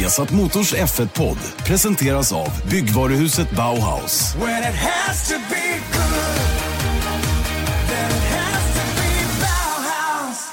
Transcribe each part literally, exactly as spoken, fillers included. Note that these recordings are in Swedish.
Viasat Motors F ett-podd presenteras av Byggvaruhuset Bauhaus. When it has to be good, then it has to be Bauhaus.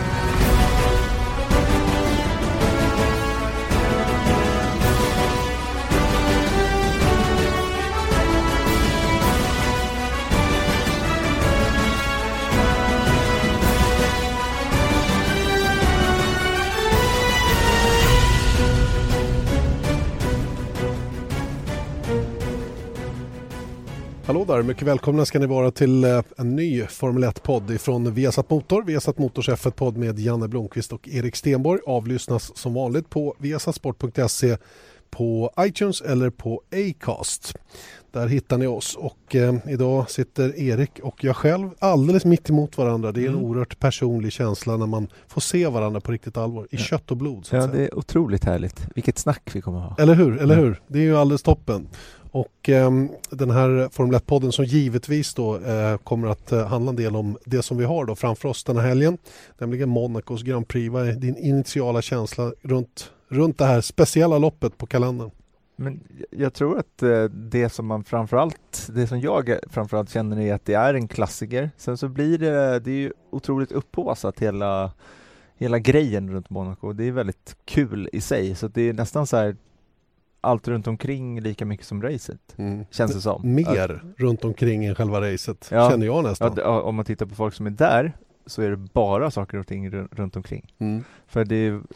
Hallå där, mycket välkomna ska ni vara till en ny Formel ett-podd ifrån Viasat Motor. Viasat Motors F ett-podd med Janne Blomqvist och Erik Stenborg avlyssnas som vanligt på viasatsport punkt se, på iTunes eller på Acast. Där hittar ni oss och eh, idag sitter Erik och jag själv alldeles mitt emot varandra. Det är en mm. oerhört personlig känsla när man får se varandra på riktigt allvar, i ja. kött och blod. Så att ja, säga. Det är otroligt härligt. Vilket snack vi kommer ha. Eller hur, eller ja. hur? Det är ju alldeles toppen. Och eh, den här Formel ett-podden som givetvis då eh, kommer att eh, handla en del om det som vi har då framför oss den här helgen. Nämligen Monacos Grand Prix. Vad är din initiala känsla runt, runt det här speciella loppet på kalendern? Men jag tror att eh, det som man framförallt, det som jag framförallt känner är att det är en klassiker. Sen så blir det, det är ju otroligt upphåsat hela, hela grejen runt Monaco. Det är väldigt kul i sig. Så det är nästan så här allt runt omkring lika mycket som racet, mm. känns det som. Mer att, runt omkring än själva racet, ja, känner jag nästan. Ja, om man tittar på folk som är där så är det bara saker och ting runt omkring. Mm. För det är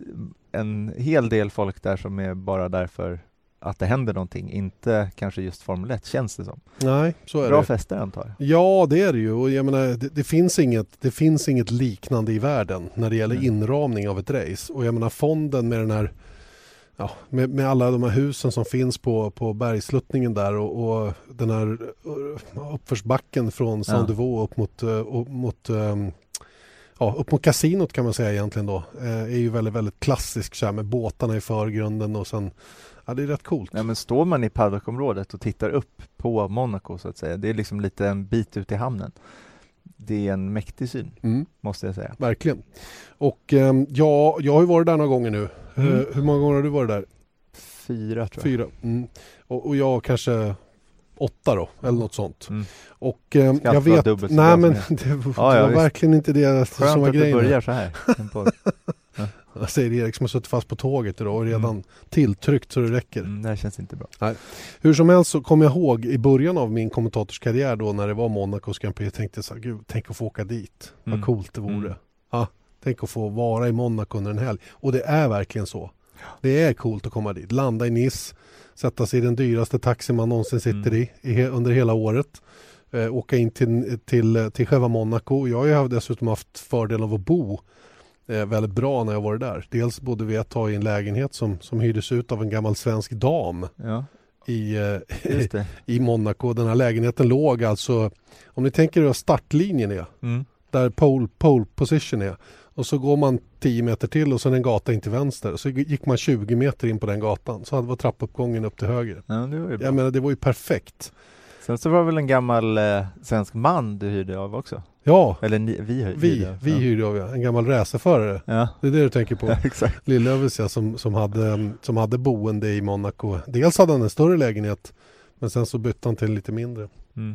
en hel del folk där som är bara där för att det händer någonting, inte kanske just Formel ett, känns det som. Nej, så är Bra det. fester antar jag. Ja, det är det ju. Och jag menar, det, det, finns inget, det finns inget liknande i världen när det gäller mm. inramning av ett race. Och jag menar, fonden med den här Ja, med, med alla de här husen som finns på, på bergsluttningen där och, och den här uppförsbacken från Saint-Devo upp mot, upp mot, ja, upp mot kasinot kan man säga egentligen då, är ju väldigt, väldigt klassisk så här, med båtarna i förgrunden och sen, ja, det är rätt coolt. Ja, men står man i paddockområdet och tittar upp på Monaco så att säga, det är liksom lite en bit ut i hamnen. Det är en mäktig syn, mm. måste jag säga. Verkligen. Och ja, jag har ju varit där några gånger nu. Mm. Uh, hur många gånger har du varit där? Fyra tror jag. Fyra. Mm. Och, och jag kanske åtta då, eller något sånt. Mm. Och um, jag vet... Nej, men det, det ja, ja, var verkligen inte det som var grejen. Skönt att det börjar så här. ja. Jag säger Erik som har suttit fast på tåget idag och redan mm. tilltryckt så det räcker. Mm, det här känns inte bra. Nej. Hur som helst så kommer jag ihåg i början av min kommentatorskarriär då när det var Monacos Grand Prix, jag tänkte så här, gud, tänk att få åka dit. Mm. Vad coolt det vore. Mm. Ja, tänk att få vara i Monaco under en helg. Och det är verkligen så. Det är coolt att komma dit. Landa i Nice, sätta sig i den dyraste taxi man någonsin sitter mm. i, i under hela året. Eh, åka in till, till, till själva Monaco. Jag har ju dessutom haft fördel av att bo eh, väldigt bra när jag var där. Dels bodde vi ett tag i en lägenhet som, som hyrdes ut av en gammal svensk dam ja. i, eh, i Monaco. Den här lägenheten låg alltså, om ni tänker hur startlinjen är, mm. där pole, pole position är. Och så går man tio meter till och så är det en gata in till vänster. Så gick man tjugo meter in på den gatan. Så hade var trappuppgången upp till höger. Ja, det var ju bra. Jag menar, det var ju perfekt. Sen så var det väl en gammal eh, svensk man du hyrde av också? Ja. Eller ni, vi hyrde Vi, av. vi hyrde av, ja. En gammal racerförare. Ja. Det är det du tänker på. Ja, exakt. Lillövers, ja, som, som, hade, som hade boende i Monaco. Dels hade han en större lägenhet. Men sen så bytte han till lite mindre. Mm.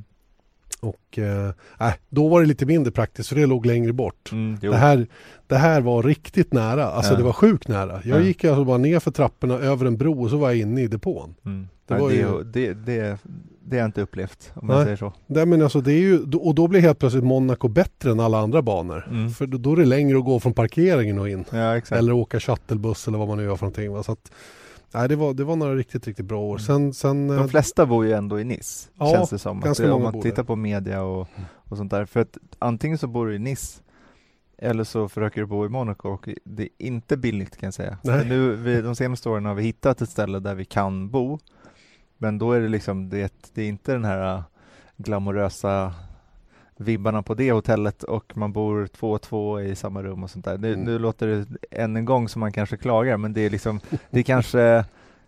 Och äh, då var det lite mindre praktiskt för det låg längre bort. Mm, det, här, det här var riktigt nära. Alltså ja. Det var sjukt nära. Jag ja. gick alltså bara ner för trapporna över en bro och så var jag inne i depån. Mm. Det, Nej, var det, ju... det, det, det har jag inte upplevt om man Nej. säger så. Nej, men alltså, det är ju, och då blir helt plötsligt Monaco bättre än alla andra banor. Mm. För då, då är det längre att gå från parkeringen och in. Ja, exakt. Eller åka shuttlebuss eller vad man nu gör för någonting. Va? Så att, nej, det var, det var några riktigt, riktigt bra år. Sen, sen, De flesta bor ju ändå i Nice, ja, känns det som. Att det, om man tittar där. på media och, och sånt där. För att antingen så bor du i Nice eller så försöker du bo i Monaco. Och det är inte billigt kan jag säga. Nu, vi, de senaste åren har vi hittat ett ställe där vi kan bo. Men då är det liksom, det, det är inte den här glamorösa vibbarna på det hotellet och man bor två och två i samma rum och sånt där. Nu, mm. nu låter det än en gång som man kanske klagar, men det är liksom, det kanske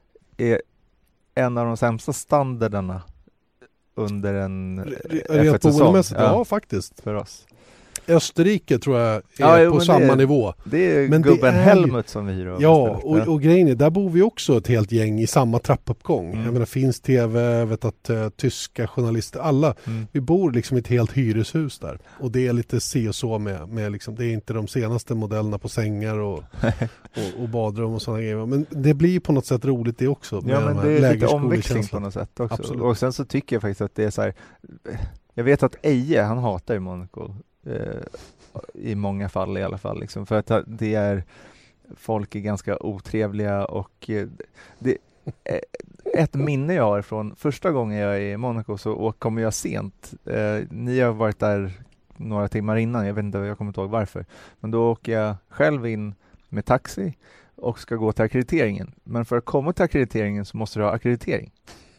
är en av de sämsta standarderna under en F ett-säsong. Ja, ja, faktiskt. För oss. Österrike tror jag är Ja, jo, på men samma det är- nivå. Det är Men det gubben är ju- Helmut som vi hyr av Ja, istället. och, och grejen är, där bor vi också ett helt gäng i samma trappuppgång. Mm. Jag menar, finns tv, jag vet att uh, tyska journalister, alla. Mm. Vi bor liksom i ett helt hyreshus där. Och det är lite se och så med, med liksom, det är inte de senaste modellerna på sängar och, och, och badrum och sådana grejer. Men det blir på något sätt roligt det också. Med Ja, de men här det är lite lägerskolekänslan. omväxling på något sätt också. Absolut. Och sen så tycker jag faktiskt att det är så här. Jag vet att Eje, han hatar ju Monaco. Eh, I många fall i alla fall. Liksom, för att det är folk är ganska otrevliga och eh, det, eh, ett minne jag har från första gången jag är i Monaco så å- kommer jag sent. Eh, ni har varit där några timmar innan, jag vet inte, jag kommer inte ihåg varför. Men då åker jag själv in med taxi och ska gå till akkrediteringen. Men för att komma till akkrediteringen så måste du ha akkreditering.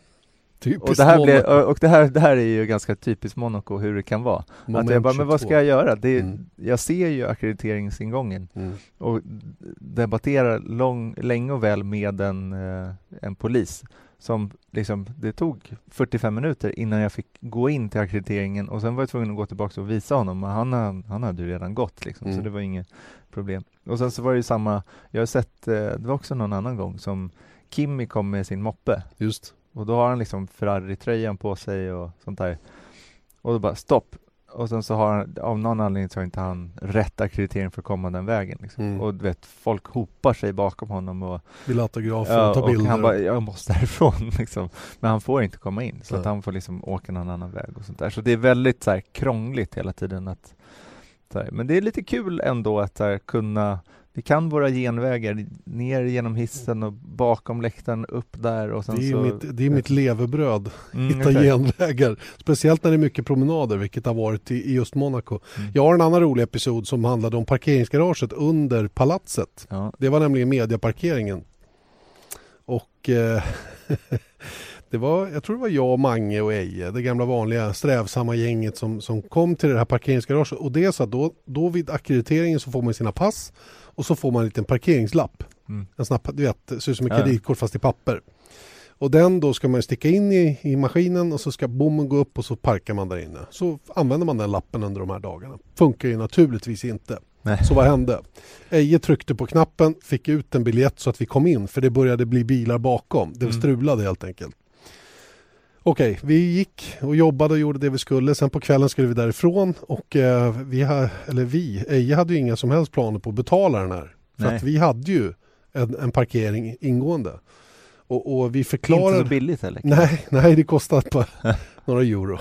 Typiskt Och, det här, blev, Monaco. och det, här, det här är ju ganska typiskt Monaco hur det kan vara. Moment Att jag bara, men vad ska tjugotvå. jag göra? Det, Mm. Jag ser ju ackrediteringsingången Mm. och debatterar lång, länge och väl med en, eh, en polis. Som liksom, det tog fyrtiofem minuter innan jag fick gå in till akkrediteringen och sen var jag tvungen att gå tillbaka och visa honom. Men han, han, han hade ju redan gått liksom, Mm. så det var inget problem. Och sen så var det ju samma, jag har sett, eh, det var också någon annan gång som Kimmy kom med sin moppe. Just. Och då har han liksom Ferrari-tröjan på sig och sånt där. Och då bara stopp. Och sen så har han, av någon anledning så har inte han rätt akkreditering för att komma den vägen. Liksom. Mm. Och du vet, folk hopar sig bakom honom och, Vill autografer ja, och ta och bilder. han bara, jag måste härifrån liksom. Men han får inte komma in. Så Nej. att han får liksom åka någon annan väg och sånt där. Så det är väldigt så här krångligt hela tiden att så här. Men det är lite kul ändå att så här, kunna, vi kan våra genvägar ner genom hissen och bakom läktaren upp där och sen Det är, så mitt, det är mitt levebröd. Mm, Hitta exakt. genvägar. Speciellt när det är mycket promenader, vilket har varit i, i just Monaco. Mm. Jag har en annan rolig episod som handlade om parkeringsgaraget under palatset. Ja. Det var nämligen mediaparkeringen. Och eh, det var, jag tror det var jag, Mange och Eje, det gamla vanliga strävsamma gänget som, som kom till det här parkeringsgaraget. Och det är så att då, då vid akkrediteringen så får man sina pass och så får man en liten parkeringslapp. Mm. En snabb, du vet, det ser ut som ett Ja. kreditkort fast i papper. Och den då ska man sticka in i, i maskinen och så ska bommen gå upp och så parkar man där inne. Så använder man den lappen under de här dagarna. Funkar ju naturligtvis inte. Nej. Så vad hände? Eje tryckte på knappen, fick ut en biljett så att vi kom in. För det började bli bilar bakom. Det Mm. strulade helt enkelt. Okej, vi gick och jobbade och gjorde det vi skulle. Sen på kvällen skulle vi därifrån. Och eh, vi, ha, eller vi, Eje hade ju inga som helst planer på att betala den här. För Nej. att vi hade ju en, en parkering ingående. Och, och vi Inte förklarar... så billigt heller. Nej, nej, det kostar bara några euro.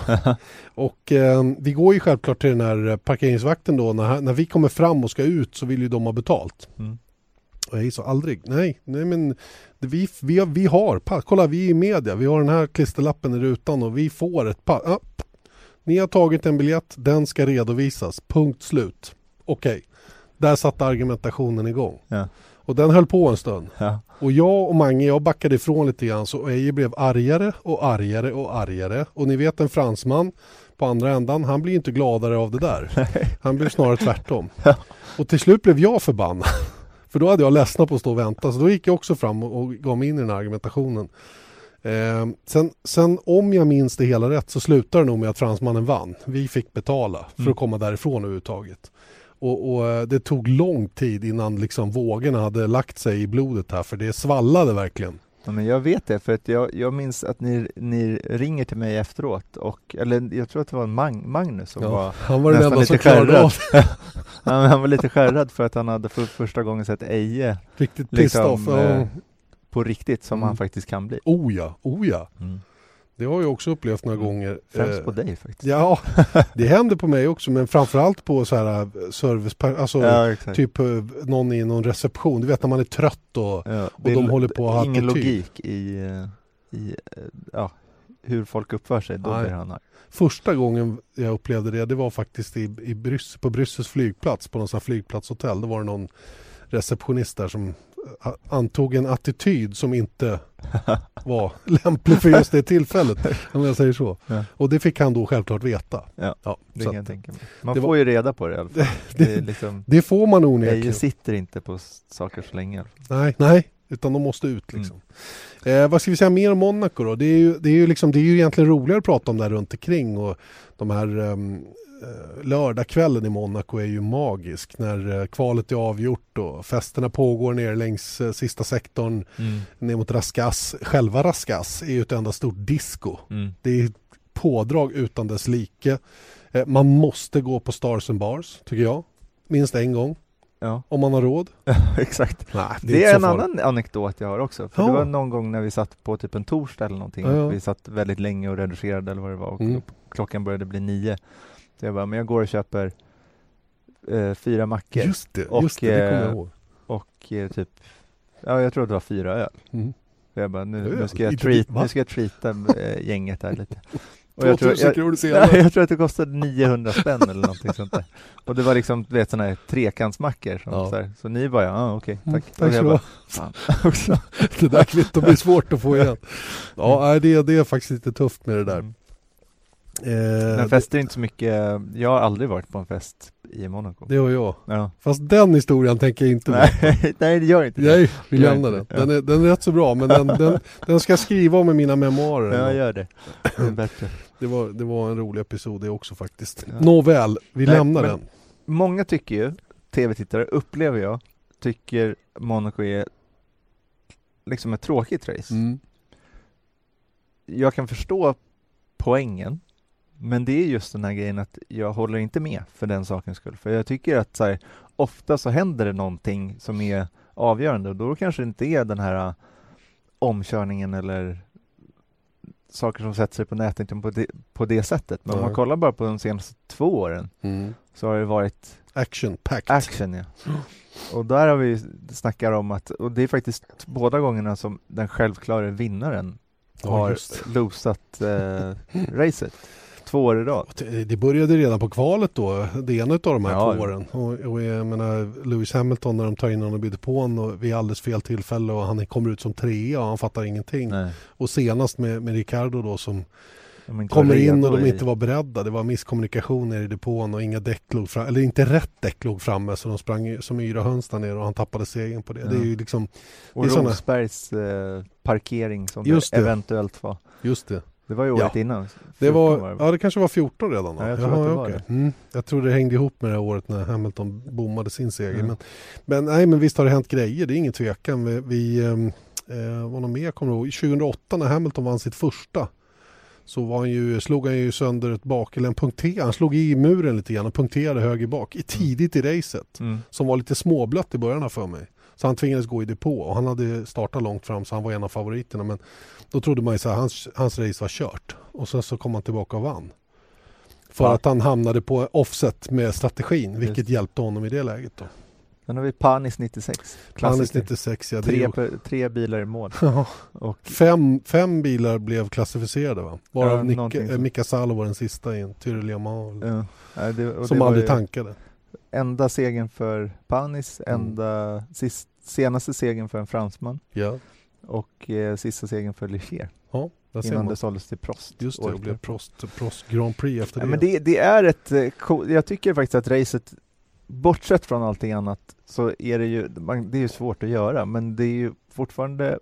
Och eh, vi går ju självklart till den här parkeringsvakten då. När, när vi kommer fram och ska ut så vill ju de ha betalt. Mm. Och jag sa aldrig, nej, nej men det, vi, vi, har, vi har, pa, kolla vi är i media, vi har den här klisterlappen i rutan och vi får ett pass. Ah, ni har tagit en biljett, den ska redovisas, punkt slut. Okej, där satte argumentationen igång. Ja. Och den höll på en stund. Ja. Och jag och Mange, jag backade ifrån lite grann så Eje blev argare och argare och argare. Och ni vet en fransman på andra ändan, han blir inte gladare av det där. Han blev snarare tvärtom. Ja. Och till slut blev jag förbannad. För då hade jag ledsnat på att stå och vänta. Så då gick jag också fram och, och gav mig in i den här argumentationen. Eh, sen, sen om jag minns det hela rätt så slutade det nog med att fransmannen vann. Vi fick betala för Mm. att komma därifrån överhuvudtaget. Och, och eh, det tog lång tid innan liksom vågorna hade lagt sig i blodet här. För det svallade verkligen. Ja, men jag vet det, för att jag, jag minns att ni, ni ringer till mig efteråt. Och, eller jag tror att det var Mag, Magnus som Ja, var han var den nästan enda som lite klarade skärrad. av han, han var lite skärrad för att han hade för första gången sett Eje riktigt pissed liksom, off. Ja. eh, på riktigt som Mm. han faktiskt kan bli. Oh ja, oh ja. Mm. Det har jag också upplevt några Mm. gånger. Främst Eh, på dig faktiskt. Ja, det händer på mig också, men framförallt på så här eh, service, alltså Ja, exakt. typ eh, någon i någon reception. Du vet när man är trött och, Ja, och de håller på att ha ingen attityd. logik i, eh, i eh, ja, hur folk uppför sig. Då Nej. blir han arg. Första gången jag upplevde det, det var faktiskt i, i Bryss, på Bryssels flygplats, på någon sån här flygplatshotell. Det var det någon receptionist där som eh, antog en attityd som inte var lämplig för just det tillfället, om jag säger så. Ja. Och det fick han då självklart veta. Ja, Ja, det så kan jag att, tänka mig. Man det får var- ju reda på det i alla fall. Det är liksom, det får man Eje onekligen. sitter inte på s- saker så länge. i alla fall. Nej, nej, utan de måste ut liksom. Eh, vad ska vi säga mer om Monaco då? Det är ju, det är ju, liksom, det är ju egentligen roligare att prata om det här runt omkring och de här, um, eh, lördagskvällen i Monaco är ju magisk när eh, kvalet är avgjort och festerna pågår ner längs eh, sista sektorn Mm. ner mot Raskas. Själva Raskas är ju ett enda stort disco. Mm. Det är pådrag utan dess like. Eh, man måste gå på Stars and Bars, tycker jag. Minst en gång, Ja, om man har råd. exakt. Nej, Det, inte är så en farligt. annan anekdot jag har också. För Ja. det var någon gång när vi satt på typ en torsdag eller någonting. Ja, ja. Och vi satt väldigt länge och redigerade eller vad det var. Och Mm. klockan började bli nio. Så jag bara, men jag går och köper eh, fyra mackor. Just det, Och, just det, det kommer jag eh, ihåg. Och eh, typ, ja jag tror att det var fyra öl. Mm. Så jag bara, nu, Öl? nu ska jag Inte treat, vi- va? nu ska jag treata eh, gänget här lite. Och jag tror, tvåtusen jag, kronor nej, senare. jag tror att det kostade niohundra spänn eller någonting sånt där. Och det var liksom, du vet, sådana här trekantsmackor. Som Ja. så, här. Så ni bara, ja ah, okej, Mm, tack. tack Och så jag du bara, ha. fan också. Det där kvittot blir svårt att få igen. Ja, nej, det, det är faktiskt lite tufft med det där. Mm. Eh, Men fester är inte så mycket, jag har aldrig varit på en fest i Monaco. det har jag. Ja. Fast den historien tänker jag inte Nej, med. nej, det gör inte det. Nej, vi Gör lämnar den. inte det. Den är, den är rätt så bra, men den, den, den ska jag skriva om i mina memoarer. Ja, jag gör det. Det är bättre. Det var, det var en rolig episod det också faktiskt. Ja. Nåväl, vi Nej, lämnar men- den. Många tycker ju, tv-tittare upplever jag, tycker Monaco är liksom ett tråkigt race. Mm. Jag kan förstå poängen, men det är just den här grejen att jag håller inte med för den sakens skull. För jag tycker att så här, ofta så händer det någonting som är avgörande och då kanske det inte är den här uh, omkörningen eller saker som sätter sig på nätet på det, på det sättet. Men om Nej. man kollar bara på de senaste två åren Mm. så har det varit Action packed. action, ja. Och där har vi snackar om att, och det är faktiskt båda gångerna som den självklara vinnaren Ja, har just losat eh, racet. Två år i rad. Det- Det började redan på kvalet då, det ena av de här Ja, två ja. åren. Och, och jag menar, Lewis Hamilton när de tar in honom och byter på honom och vid alldeles fel tillfälle och han kommer ut som trea och han fattar ingenting. Nej, Och senast med, med Ricardo då som de inte var kommer in redo och de i- inte var beredda. Det var misskommunikation nere i depån och inga däck låg fram, eller inte rätt däck låg framme så de sprang ju som yra höns där nere och han tappade segern på det. Ja. Det är ju liksom, Och det är såna- Rosbergs eh, parkering som Just det det. eventuellt var. just det. Det var ju året Ja. innan. Det fjorton var, det. ja det kanske var fjorton redan då. Ja, jag tror att det var okej. det. Mm. Jag tror det hängde ihop med det här året när Hamilton bommade sin seger. Mm. Men, men nej, men visst har det hänt grejer, det är ingen tvekan. Vi, vi ehm, eh, vad något mer kommer jag ihåg, tjugohundraåtta när Hamilton vann sitt första så var han ju, slog han ju sönder ett bak, eller en punkter, han slog i muren lite grann och punkterade höger bak i tidigt i racet. Mm. Som var lite småblött i början här för mig. Så han tvingades gå i depå och han hade startat långt fram så han var en av favoriterna. Men då trodde man ju så här, hans, hans race var kört. Och sen så kom han tillbaka och vann. För Ja. att han hamnade på offset med strategin, vilket Just. hjälpte honom i det läget då. Sen har vi Panis nittiosex. Planis Klassiker. nittiosex, ja. Det är Tre, ju, per- tre bilar i mål. ja, Och fem, fem bilar blev klassificerade va? Varav Ja, Nick, någonting eh, så. Mika Salo var den sista i en Tyrrell Mans. Ja, nej, det, och Som det var aldrig ju tankade. enda segern för Panis, Mm. enda sist, senaste segern för en fransman Ja, och eh, sista segern för Ligier ja där ser innan man. det såldes till Prost. Just det, året det blev efter. Prost, Prost Grand Prix efter Ja, det. men det, det är ett, eh, co- jag tycker faktiskt att racet, bortsett från allting annat, så är det ju, man, det är ju svårt att göra, men det är ju fortfarande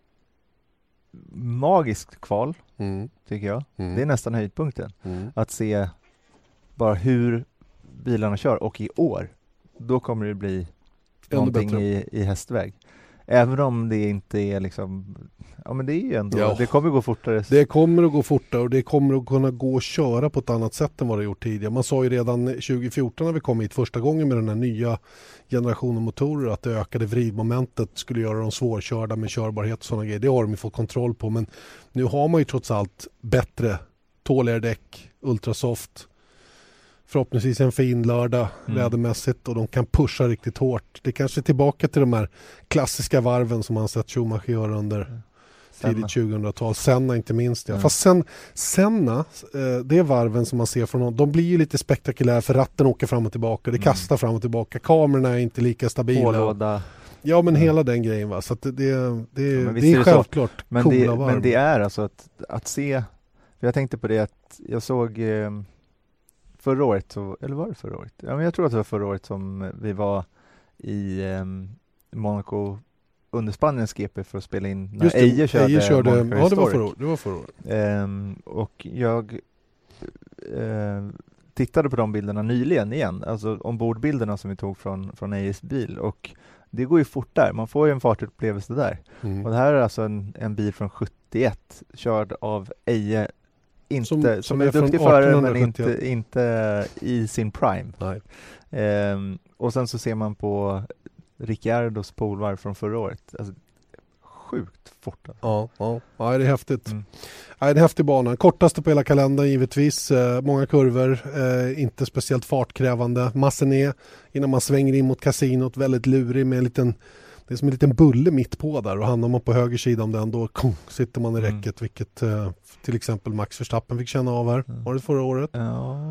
magiskt kval, Mm. tycker jag. Mm. Det är nästan höjdpunkten. Mm. Att se bara hur bilarna kör, och i år, då kommer det bli Ännu någonting bättre. i, i hästväg. Även om det inte är liksom, ja men det är ju ändå, Ja. det kommer gå fortare. Det kommer att gå fortare och det kommer att kunna gå att köra på ett annat sätt än vad det gjort tidigare. Man sa ju redan tjugo fjorton när vi kom hit första gången med den här nya generationen motorer att det ökade vridmomentet skulle göra dem svårkörda med körbarhet och sådana grejer. Det har de ju fått kontroll på, men nu har man ju trots allt bättre, tåligare däck, ultrasoft. Förhoppningsvis en fin lördag Mm. vädermässigt och de kan pusha riktigt hårt. Det kanske är tillbaka till de här klassiska varven som man sett Schumacher göra under Senna. tidigt tjugohundratal. Senna inte minst. Ja. Mm. Fast sen, Senna, eh, det är varven som man ser från honom. De blir ju lite spektakulära för ratten åker fram och tillbaka. Det Mm. kastar fram och tillbaka. Kamerorna är inte lika stabila. Pålåda. Ja men Mm. hela den grejen va. Så att det, det, det, Ja, men visst det är är det så. självklart Men coola det, varv. men det är alltså att, att se, för jag tänkte på det att jag såg eh, förra året, så, eller var det förra året? Ja, men jag tror att det var förra året som vi var i eh, Monaco under Spaniens G P för att spela in när Just det, Eje körde, Eje körde Monaco ja det var Historic. förra året. Det var förra året. Ehm, och jag eh, tittade på de bilderna nyligen igen, alltså ombordbilderna som vi tog från, från Ejes bil, och det går ju fort där, man får ju en fartupplevelse där. Mm. Och det här är alltså en, en bil från sjuttioett, körd av Eje, inte, som, Som- som, som är är från duktig förare men artonhundrasjuttioett. inte, inte i sin prime. Nej. Ehm, och sen så ser man på Ricciardos polvarv från förra året, alltså, sjukt fort. Alltså. Ja, ja. ja, det är häftigt. Mm. Ja, det är en häftig bana. Kortaste på hela kalendern givetvis. Eh, många kurvor, eh, inte speciellt fartkrävande. Massenet innan man svänger in mot kasinot, väldigt lurig med en liten, det är som en liten bulle mitt på där, och hamnar man på höger sida om den, då kong, sitter man i Mm. räcket, vilket eh, till exempel Max Verstappen fick känna av här. Mm. Var det förra året? Ja,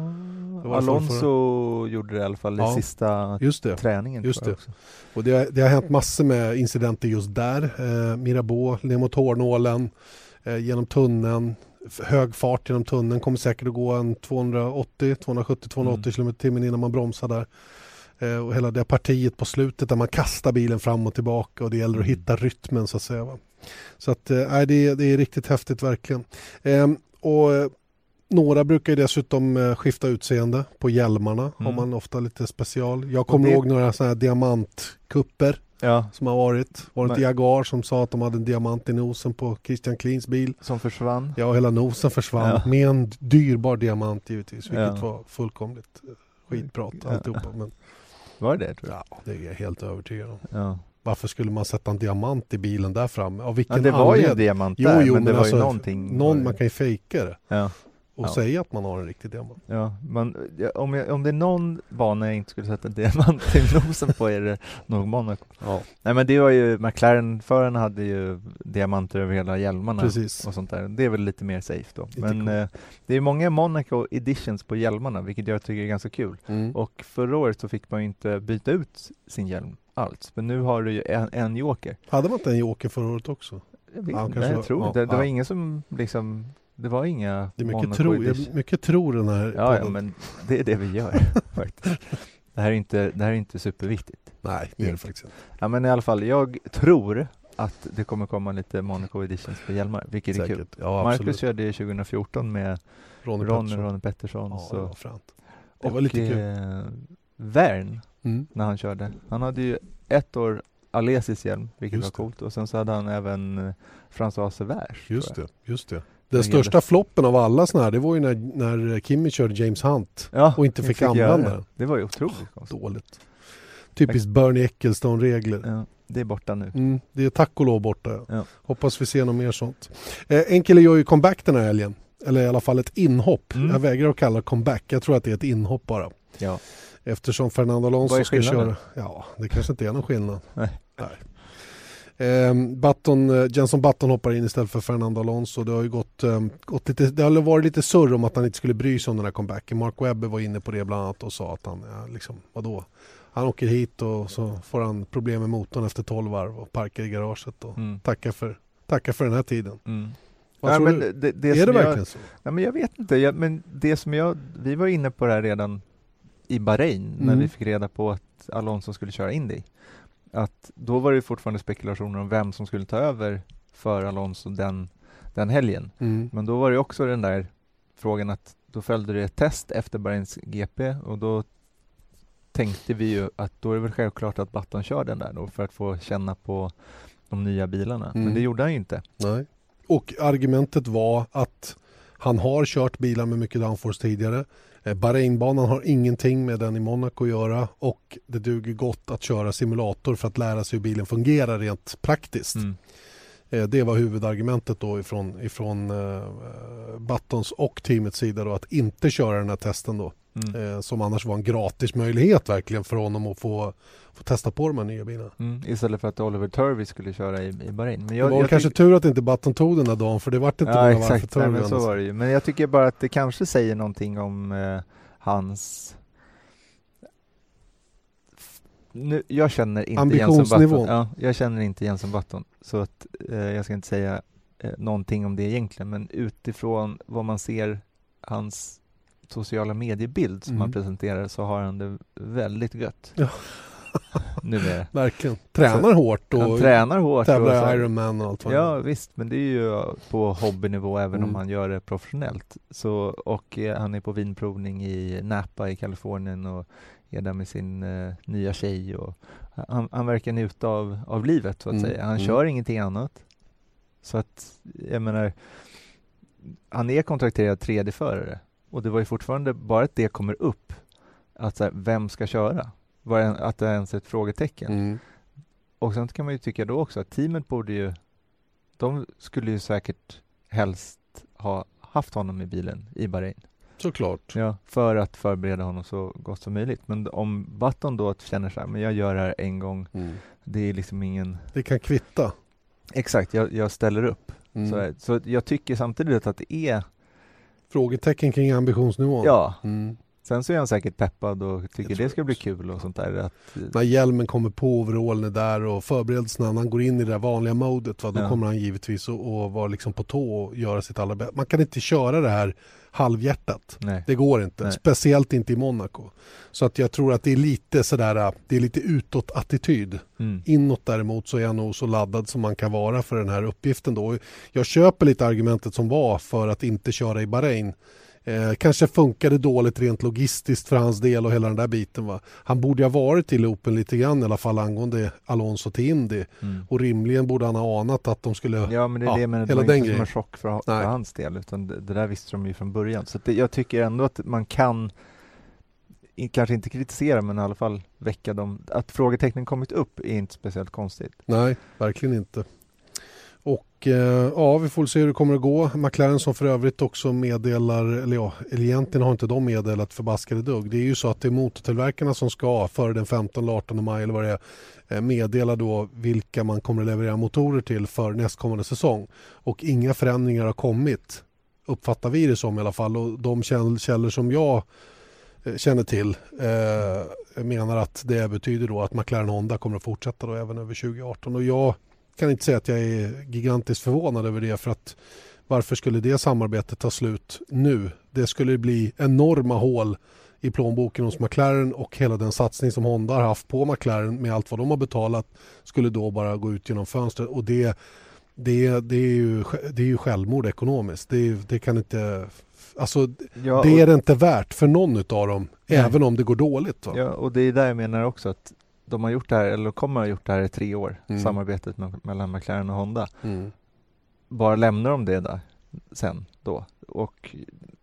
Det var Alonso gjorde det i alla fall i Ja, sista Just det. träningen. just tror jag det. också. Och det har, det har hänt massor med incidenter just där. Eh, Mirabeau, ner mot hårnålen, eh, genom tunneln, f- hög fart genom tunneln, kommer säkert att gå en tvåhundraåttio, tvåhundrasjuttio, tvåhundraåttio Mm. kilometer i timmen innan man bromsar där. Eh, och hela det partiet på slutet där man kastar bilen fram och tillbaka, och det gäller att Mm. hitta rytmen så att säga. Va? Så att, eh, nej, det, är- det är riktigt häftigt verkligen. Eh, och eh, några brukar ju dessutom eh, skifta utseende på hjälmarna. Mm. Har man ofta lite special. Jag kommer det- ihåg några sådana här diamantkupper Ja, som har varit. Var det inte Men- Jaguar som sa att de hade en diamant i nosen på Christian Kleins bil? som försvann. Ja, hela nosen försvann Ja. med en dyrbar diamant givetvis, vilket Ja. var fullkomligt eh, skitprat Ja. alltihopa. Men Var det det, tror jag? ja, det är jag helt övertygad om. Ja. Varför skulle man sätta en diamant i bilen där framme? Av Ja, vilken det var ju en anledning? diamant Jo, där, jo, men det men var alltså, ju någonting. Någon, man kan ju fejka det Ja, och Ja. säga att man har en riktig diamant. ja. Man, ja, om, jag, om det är någon bana jag inte skulle sätta en diamant i nosen på, är det nog Monaco. Ja, Nej, men det var ju, McLaren-förarna hade ju diamanter över hela hjälmarna precis. och sånt där. Det är väl lite mer safe då. Lite Men coolt. eh, det är många Monaco editions på hjälmarna, vilket jag tycker är ganska kul. Mm. Och förra året så fick man ju inte byta ut sin hjälm alls. Men nu har du ju en, en joker. Hade man inte en joker förra året också? Jag vet Ja, inte, kanske jag var- tror ja, inte. Det, det ja. var ingen som liksom, det var inga Det är mycket Monaco tro, edition. jag- mycket tror den här Ja, ja, podden. men det är det vi gör faktiskt. Det här är inte, det här är inte superviktigt. Nej, det är det Egentligen. faktiskt inte. Ja, men i alla fall, jag tror att det kommer komma lite Monaco editions på hjälmar, vilket är kul. Säkert. Ja, absolut. Marcus körde ju tjugo fjorton med Ronny Ron Pettersson. Ronny Pettersson. Ja, så. det var fränt. Det Och var lite kul. eh, Vern, Mm. när han körde, han hade ju ett år Alesis hjälm, vilket Just var coolt. Och sen så hade han även eh, François Severs. Just tror det, just det. Den Det största gäller. floppen av alla såna här, det var ju när, när Kimmy körde James Hunt. jag. Ja, och inte jag fick göra använda det. den. Det var ju otroligt konstigt. Dåligt. Typiskt Bernie Ecclestone-regler. Ja, det är borta nu. Mm, det är tack och lov borta. Ja. Ja. Hoppas vi ser något mer sånt. Eh, en kille gör ju comeback den här helgen. Eller i alla fall ett inhopp. Mm. Jag vägrar att kalla det comeback. Jag tror att det är ett inhopp bara. Ja. Eftersom Fernando Alonso Vad är ska skillnaden? köra. Ja, det kanske inte är någon skillnad. Nej. Nej. Eh, Button, eh, Jenson Button hoppar in istället för Fernando Alonso. Det har ju gått, eh, gått lite, det har varit lite surr om att han inte skulle bry sig om den här comebacken. Mark Webber var inne på det bland annat och sa att han, ja, liksom, vadå? Han åker hit och så får han problem med motorn efter tolv varv och parkar i garaget och Mm. tackar för, tackar för den här tiden. Mm. Vad Ja, tror men du? det, det är som det jag, verkligen så? Ja, men jag vet inte, jag, men det som jag, vi var inne på det här redan i Bahrain när Mm. vi fick reda på att Alonso skulle köra Indy. Att då var det fortfarande spekulationer om vem som skulle ta över för Alonso den, den helgen. Mm. Men då var det också den där frågan att då följde det ett test efter Bahrains G P och då tänkte vi ju att då är det väl självklart att Button kör den där då för att få känna på de nya bilarna. Mm. Men det gjorde han ju inte. Nej. Och argumentet var att han har kört bilar med mycket downforce tidigare. Eh, Bahrainbanan har ingenting med den i Monaco att göra och det duger gott att köra simulator för att lära sig hur bilen fungerar rent praktiskt. Mm. Eh, det var huvudargumentet då ifrån, ifrån eh, Buttons och teamets sida då, att inte köra den här testen då. Mm. Eh, som annars var en gratis möjlighet verkligen för honom att få, få testa på de här nya bilarna. Mm, istället för att Oliver Turvey skulle köra i, i Bahrain. Men jag, det var jag kanske tyck- tur att inte Button tog den där dagen för det vart inte Ja, många varv för exakt. Nej, Turvey. men så var det ju. Men jag tycker bara att det kanske säger någonting om eh, hans... F- Nu, jag känner inte Jenson Ambitionsnivån. Button. Ja, jag känner inte Jenson Button. Så att, eh, jag ska inte säga eh, någonting om det egentligen. Men utifrån vad man ser hans sociala mediebild som Mm. han presenterar så har han det väldigt gött. Ja. numera. Verkligen. Tränar så, hårt och han tränar hårt tävlar och i Ironman och allt vad ja visst, men det är ju på hobbynivå även Mm. om han gör det professionellt. Så, och eh, han är på vinprovning i Napa i Kalifornien och är där med sin eh, nya tjej och han, han verkar njuta av, av livet så att Mm. säga. Han Mm. kör ingenting annat. Så att, jag menar, han är kontrakterad tredje förare och det var ju fortfarande bara att det kommer upp att så här, vem ska köra? Var det, att det är ens ett frågetecken. Mm. Och sen kan man ju tycka då också att teamet borde ju, de skulle ju säkert helst ha haft honom i bilen i Bahrain. Såklart. Ja, för att förbereda honom så gott som möjligt. Men om Button då känner så här, men jag gör det här en gång, Mm. det är liksom ingen... Det kan kvitta. Exakt, jag, jag ställer upp. Mm. Så, så jag tycker samtidigt att det är... Frågetecken kring ambitionsnivån. Ja, Mm. sen så är han säkert peppad och tycker Jag tror det ska bli också. kul och sånt där. Att, När hjälmen kommer på, overallen är där och förberedelserna, när han går in i det där vanliga modet, va, då Ja. kommer han givetvis att att vara liksom på tå och göra sitt allra bästa. Man kan inte köra det här halvhjärtat. nej. Det går inte, Nej. speciellt inte i Monaco. Så att jag tror att det är lite sådär, det är lite utåt-attityd. Mm. Inåt däremot så är jag nog så laddad som man kan vara för den här uppgiften då. Jag köper lite argumentet som var för att inte köra i Bahrain. Eh, kanske funkade dåligt rent logistiskt för hans del och hela den där biten. Va? Han borde ha varit i loopen lite grann i alla fall angående Alonso till Indy. Mm. Och rimligen borde han ha anat att de skulle... Ja, men det är Ja, det, men det hela var den inte som grejen. en chock för, för Nej. hans del, utan det, det där visste de ju från början. Så att det, jag tycker ändå att man kan, i, kanske inte kritisera, men i alla fall väcka dem. Att frågetecknen kommit upp är inte speciellt konstigt. Nej, verkligen inte. Och eh, ja, vi får se hur det kommer att gå. McLaren som för övrigt också meddelar, eller ja, eller egentligen har inte de meddelat förbaskade dugg. Det är ju så att det är motortillverkarna som ska före den femtonde artonde maj eller vad det är, eh, meddela då vilka man kommer att leverera motorer till för nästkommande säsong. Och inga förändringar har kommit, uppfattar vi det som i alla fall. Och de käll- källor som jag eh, känner till eh, menar att det betyder då att McLaren Honda kommer att fortsätta då även över tjugo arton. Och jag kan inte säga att jag är gigantiskt förvånad över det, för att varför skulle det samarbetet ta slut nu? Det skulle bli enorma hål i plånboken hos McLaren och hela den satsning som Honda har haft på McLaren med allt vad de har betalat skulle då bara gå ut genom fönstret, och det, det, det, är, ju, det är ju självmord ekonomiskt. Det, det kan inte... Alltså, Ja, det är och, det inte värt för någon utav dem, Nej. även om det går dåligt. Va? ja, och det är där jag menar också att de har gjort det här, eller kommer ha gjort det här i tre år, Mm. samarbetet med, mellan McLaren och Honda. Mm. Bara lämnar de det där sen då och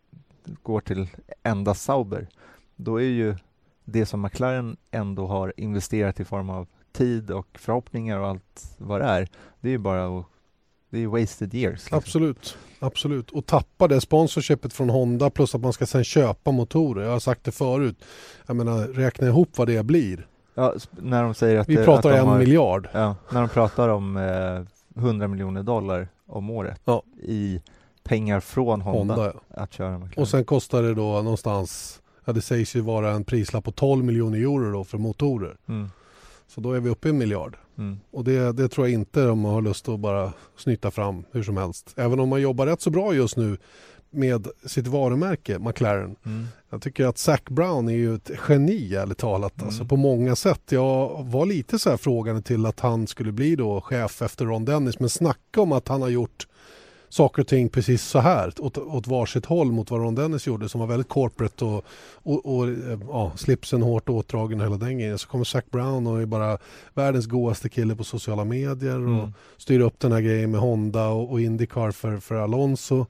går till enda Sauber, då är ju det som McLaren ändå har investerat i form av tid och förhoppningar och allt vad det är, det är ju bara att, det är wasted years. Liksom. Absolut, absolut. Och tappa det sponsorshipet från Honda plus att man ska sen köpa motorer. Jag har sagt det förut. Jag menar, räkna ihop vad det blir. Ja, sp- när de säger att Vi det, pratar att de en har, miljard. Ja, när de pratar om eh, hundra miljoner dollar om året Ja. i pengar från Honda, Honda, ja. att köra McLaren. Och sen kostar det då någonstans, ja, det sägs ju vara en prislapp på tolv miljoner euro då för motorer. Mm, Så då är vi uppe i en miljard. mm, Och det, det tror jag inte de har lust att bara snyta fram hur som helst. Även om man jobbar rätt så bra just nu med sitt varumärke, McLaren. mm. Jag tycker att Zac Brown är ju ett geni, ärligt talat. Mm. Alltså på många sätt. Jag var lite så här frågande till att han skulle bli då chef efter Ron Dennis. Men snacka om att han har gjort saker och ting precis så här. Åt, åt varsitt håll mot vad Ron Dennis gjorde, som var väldigt corporate och, och, och ja, slipsen hårt åtdragen och hela den grejen. Så kommer Zac Brown och är bara världens godaste kille på sociala medier och Mm. styr upp den här grejen med Honda och, och Indycar för, för Alonso.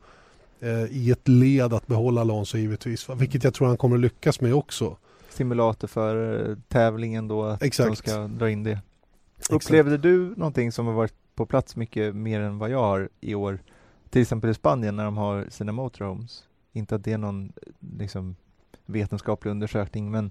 I ett led att behålla Alonso givetvis, va? Vilket jag tror han kommer att lyckas med också. Simulator för eh, tävlingen då, att Exakt. de ska dra in det. Exakt. Upplevde du någonting som har varit på plats mycket mer än vad jag har i år? Till exempel i Spanien när de har sina motorhomes. Inte att det är någon liksom, vetenskaplig undersökning, men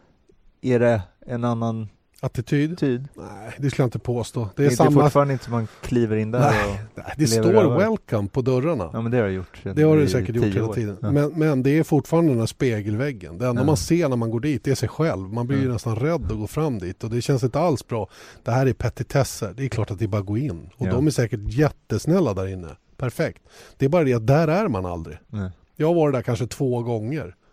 är det en annan Attityd? tid? Nej, det skulle jag inte påstå. Det Det är är samma... fortfarande inte som man kliver in där Nej, och... Nej, det lever står över. welcome på dörrarna. Ja, men det har jag gjort. Det har i du säkert gjort tio hela år. tiden. Ja. Men, men det är fortfarande den här spegelväggen. Det enda Ja. man ser när man går dit, det är sig själv. Man blir ju Mm. nästan rädd att gå fram dit. Och det känns inte alls bra. Det här är petitesser. Det är klart att det är bara att gå in. Och Ja. de är säkert jättesnälla där inne. Perfekt. Det är bara det att där är man aldrig. Nej. Jag har varit där kanske två gånger.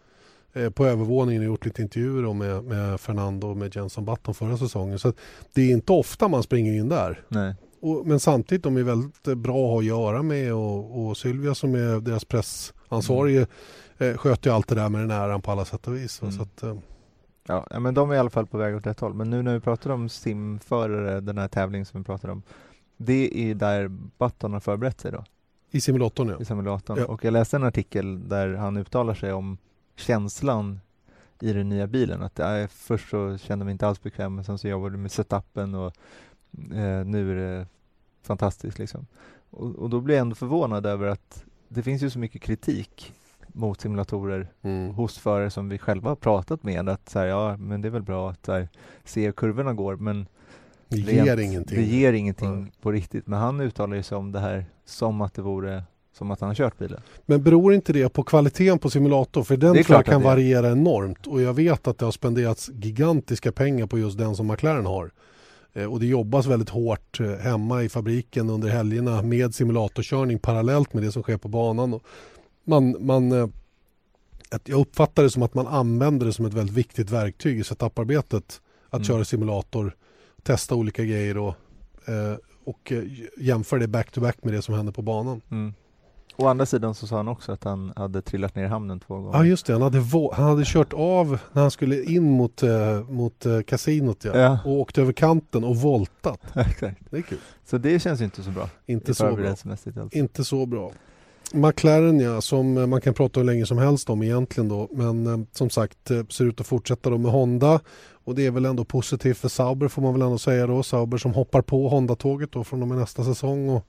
eh, på övervåningen och gjort lite intervjuer då med, med Fernando och med Jenson Button förra säsongen. Så att det är inte ofta man springer in där. Nej. Och, men samtidigt de är väldigt bra att ha att göra med och, och Sylvia som är deras pressansvarige mm. eh, sköter ju allt det där med den äran på alla sätt och vis. Mm. Så att, eh. ja, men de är i alla fall på väg åt rätt håll. Men nu när vi pratar om simförare, den här tävlingen som vi pratar om, det är där Button har förberett sig då? I simulatorn, ja. I simulatorn. Ja. Och jag läste en artikel där han uttalar sig om känslan i den nya bilen. Att äh, först så kände vi inte alls bekväm, men sen så jobbade vi med setupen och eh, nu är det fantastiskt liksom. Och, och då blir jag ändå förvånad över att det finns ju så mycket kritik mot simulatorer Mm. hos förare som vi själva har pratat med. Att så här, ja, men det är väl bra att så här, se hur kurvorna går, men Det ger rent, ingenting. Det ger ingenting Nej. på riktigt. Men han uttalar ju sig om det här som att det vore som att han har kört bilen. Men beror inte det på kvaliteten på simulator? För den Det är tror jag klart kan att det är. variera enormt. Och jag vet att det har spenderats gigantiska pengar på just den som McLaren har. Eh, och det jobbas väldigt hårt eh, hemma i fabriken under helgerna med simulatorkörning parallellt med det som sker på banan. Och man, man, eh, att jag uppfattar det som att man använder det som ett väldigt viktigt verktyg i setuparbetet. Att Mm. köra simulator, testa olika grejer och, eh, och eh, jämföra det back-to-back med det som händer på banan. Mm. Å andra sidan så sa han också att han hade trillat ner i hamnen två gånger. Ja just det, han hade, vo- han hade kört av när han skulle in mot, eh, mot eh, kasinot ja. Ja. Och åkt över kanten och voltat. Exakt. Det är kul. Så det känns ju inte så bra. Inte så bra. Förberedelsemässigt alltså. Inte så bra. McLaren ja, som eh, man kan prata hur länge som helst om egentligen då. Men eh, som sagt eh, ser ut att fortsätta då med Honda. Och det är väl ändå positivt för Sauber får man väl ändå säga då. Sauber som hoppar på Honda-tåget då från och med nästa säsong. Och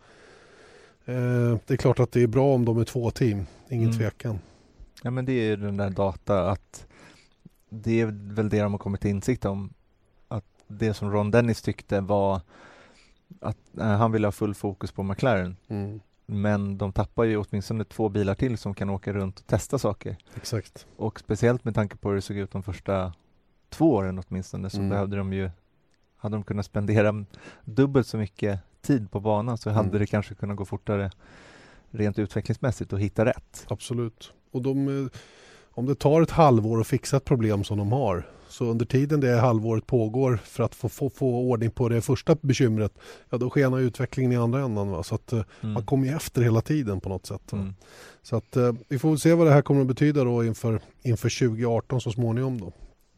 eh, det är klart att det är bra om de är två team. Ingen Mm. tvekan. Ja, men det är ju den där data att det är väl det de har kommit till insikt om. Att det som Ron Dennis tyckte var att eh, han ville ha full fokus på McLaren. Mm. Men de tappar ju åtminstone två bilar till som kan åka runt och testa saker. Exakt. Och speciellt med tanke på hur det såg ut de första två åren åtminstone så Mm. behövde de ju, hade de kunnat spendera dubbelt så mycket tid på banan så hade Mm. det kanske kunnat gå fortare rent utvecklingsmässigt och hitta rätt. Absolut. Och de, eh, om det tar ett halvår att fixa ett problem som de har så under tiden det halvåret pågår för att få, få, få ordning på det första bekymret ja då skenar utvecklingen i andra änden va? Så att eh, Mm. man kommer ju efter hela tiden på något sätt. Va? Mm. Så att eh, vi får väl se vad det här kommer att betyda då inför, inför tjugo arton så småningom då.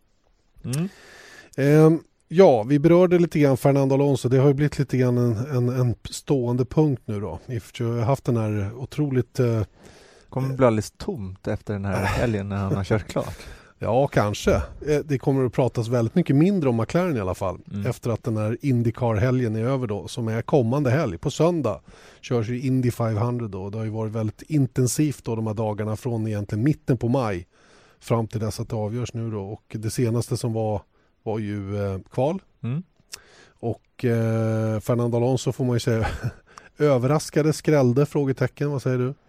Mm. Eh, ja, vi berörde lite grann Fernando Alonso. Det har ju blivit lite grann en, en, en stående punkt nu då. Vi har haft den här otroligt eh, Kommer det bli alldeles tomt efter den här helgen när han har kört klart? ja, kanske. Eh, Det kommer att pratas väldigt mycket mindre om McLaren i alla fall. Mm. Efter att den här Indycar-helgen är över då. Som är kommande helg. På söndag körs ju Indy femhundra då. Det har ju varit väldigt intensivt då de här dagarna från egentligen mitten på maj. Fram till dess att det avgörs nu då. Och det senaste som var var ju eh, kval. Mm. Och eh, Fernando Alonso får man ju säga överraskade, skrällde, frågetecken. Vad säger du?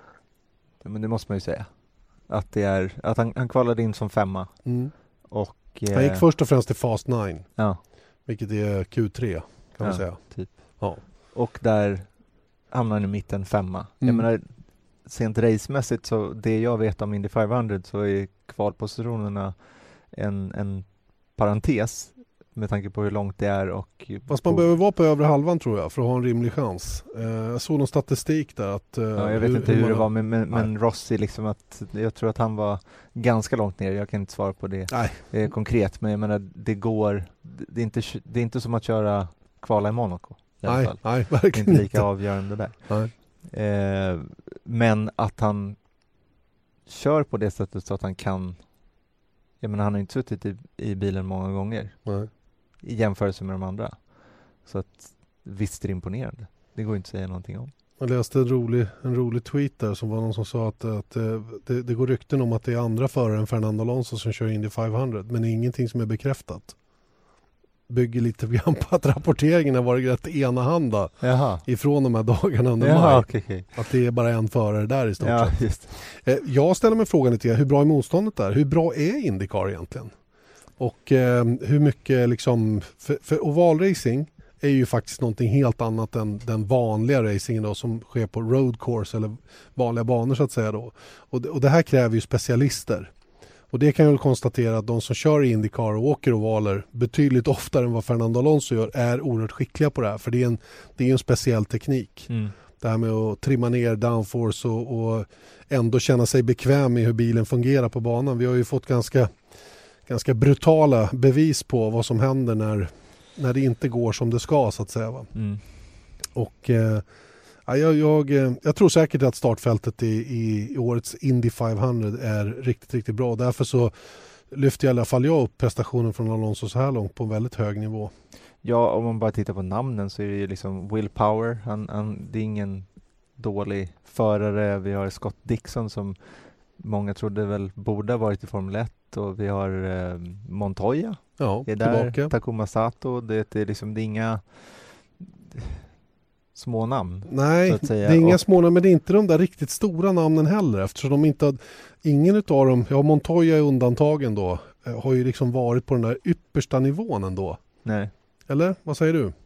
Ja, men det måste man ju säga. Att, det är, att han, han kvalade in som femma. Mm. Och, eh, Han gick först och främst till Fast nio. Ja, Vilket är Q tre kan man Ja. säga. typ. Ja. Och där hamnar han i mitten femma. Jag Mm. menar, sent racemässigt så det jag vet om Indy femhundra så är kvalpositionerna en, en parentes med tanke på hur långt det är och Fast på, man behöver vara på övre halvan tror jag för att ha en rimlig chans. Eh, jag såg någon statistik där att... Eh, ja, jag vet inte hur, man- det var men, men, men Rossi liksom att jag tror att han var ganska långt ner. Jag kan inte svara på det Nej, eh, konkret men jag menar det går det är inte, det är inte som att köra kvala i Monaco i alla nej, fall. nej, Det är verkligen inte inte. lika avgörande där. Nej. Eh, men att han kör på det sättet så att han kan, jag menar han har inte suttit i, i bilen många gånger Nej. i jämförelse med de andra. Så att visst är det imponerande. Det går inte att säga någonting om. Jag läste en rolig, en rolig tweet där som var någon som sa att, att eh, det, det går rykten om att det är andra förare än Fernando Alonso som kör Indy femhundra men det är ingenting som är bekräftat. Bygger lite grann på att rapporteringen har varit rätt enahanda Jaha. ifrån de här dagarna under Jaha, maj. okej, okej. Att det är bara en förare där i stort Ja, sett. just. Eh, Jag ställer mig frågan lite grann, hur bra är motståndet där? Hur bra är IndyCar egentligen? Och eh, hur mycket liksom, för, för ovalracing är ju faktiskt någonting helt annat än den vanliga racingen då, som sker på road course eller vanliga banor så att säga då. Och det, och det här kräver ju specialister. Och det kan jag väl konstatera att de som kör i IndyCar och åker ovaler betydligt oftare än vad Fernando Alonso gör är oerhört skickliga på det här. För det är en, det är en speciell teknik. Mm. Det här med att trimma ner downforce och, och ändå känna sig bekväm med hur bilen fungerar på banan. Vi har ju fått ganska, ganska brutala bevis på vad som händer när, när det inte går som det ska, så att säga. Va? Mm. Och eh, jag, jag, jag tror säkert att startfältet i, i, i årets Indy femhundra är riktigt, riktigt bra. Därför så lyfter i alla fall jag upp prestationen från Alonso så här långt på en väldigt hög nivå. Ja, om man bara tittar på namnen så är det ju liksom Will Power. Han, han, det är ingen dålig förare. Vi har Scott Dixon som många trodde väl borde ha varit i Formel ett. Och vi har eh, Montoya. Ja, är där. tillbaka. Takuma Sato. Det, det, är liksom, det är inga små namn. Nej, så att säga. det är inga och, små namn, men det är inte de där riktigt stora namnen heller. Eftersom de inte har, ingen utav dem, ja Montoya är undantagen då, har ju liksom varit på den där yppersta nivån ändå. Nej. Eller? Vad säger du?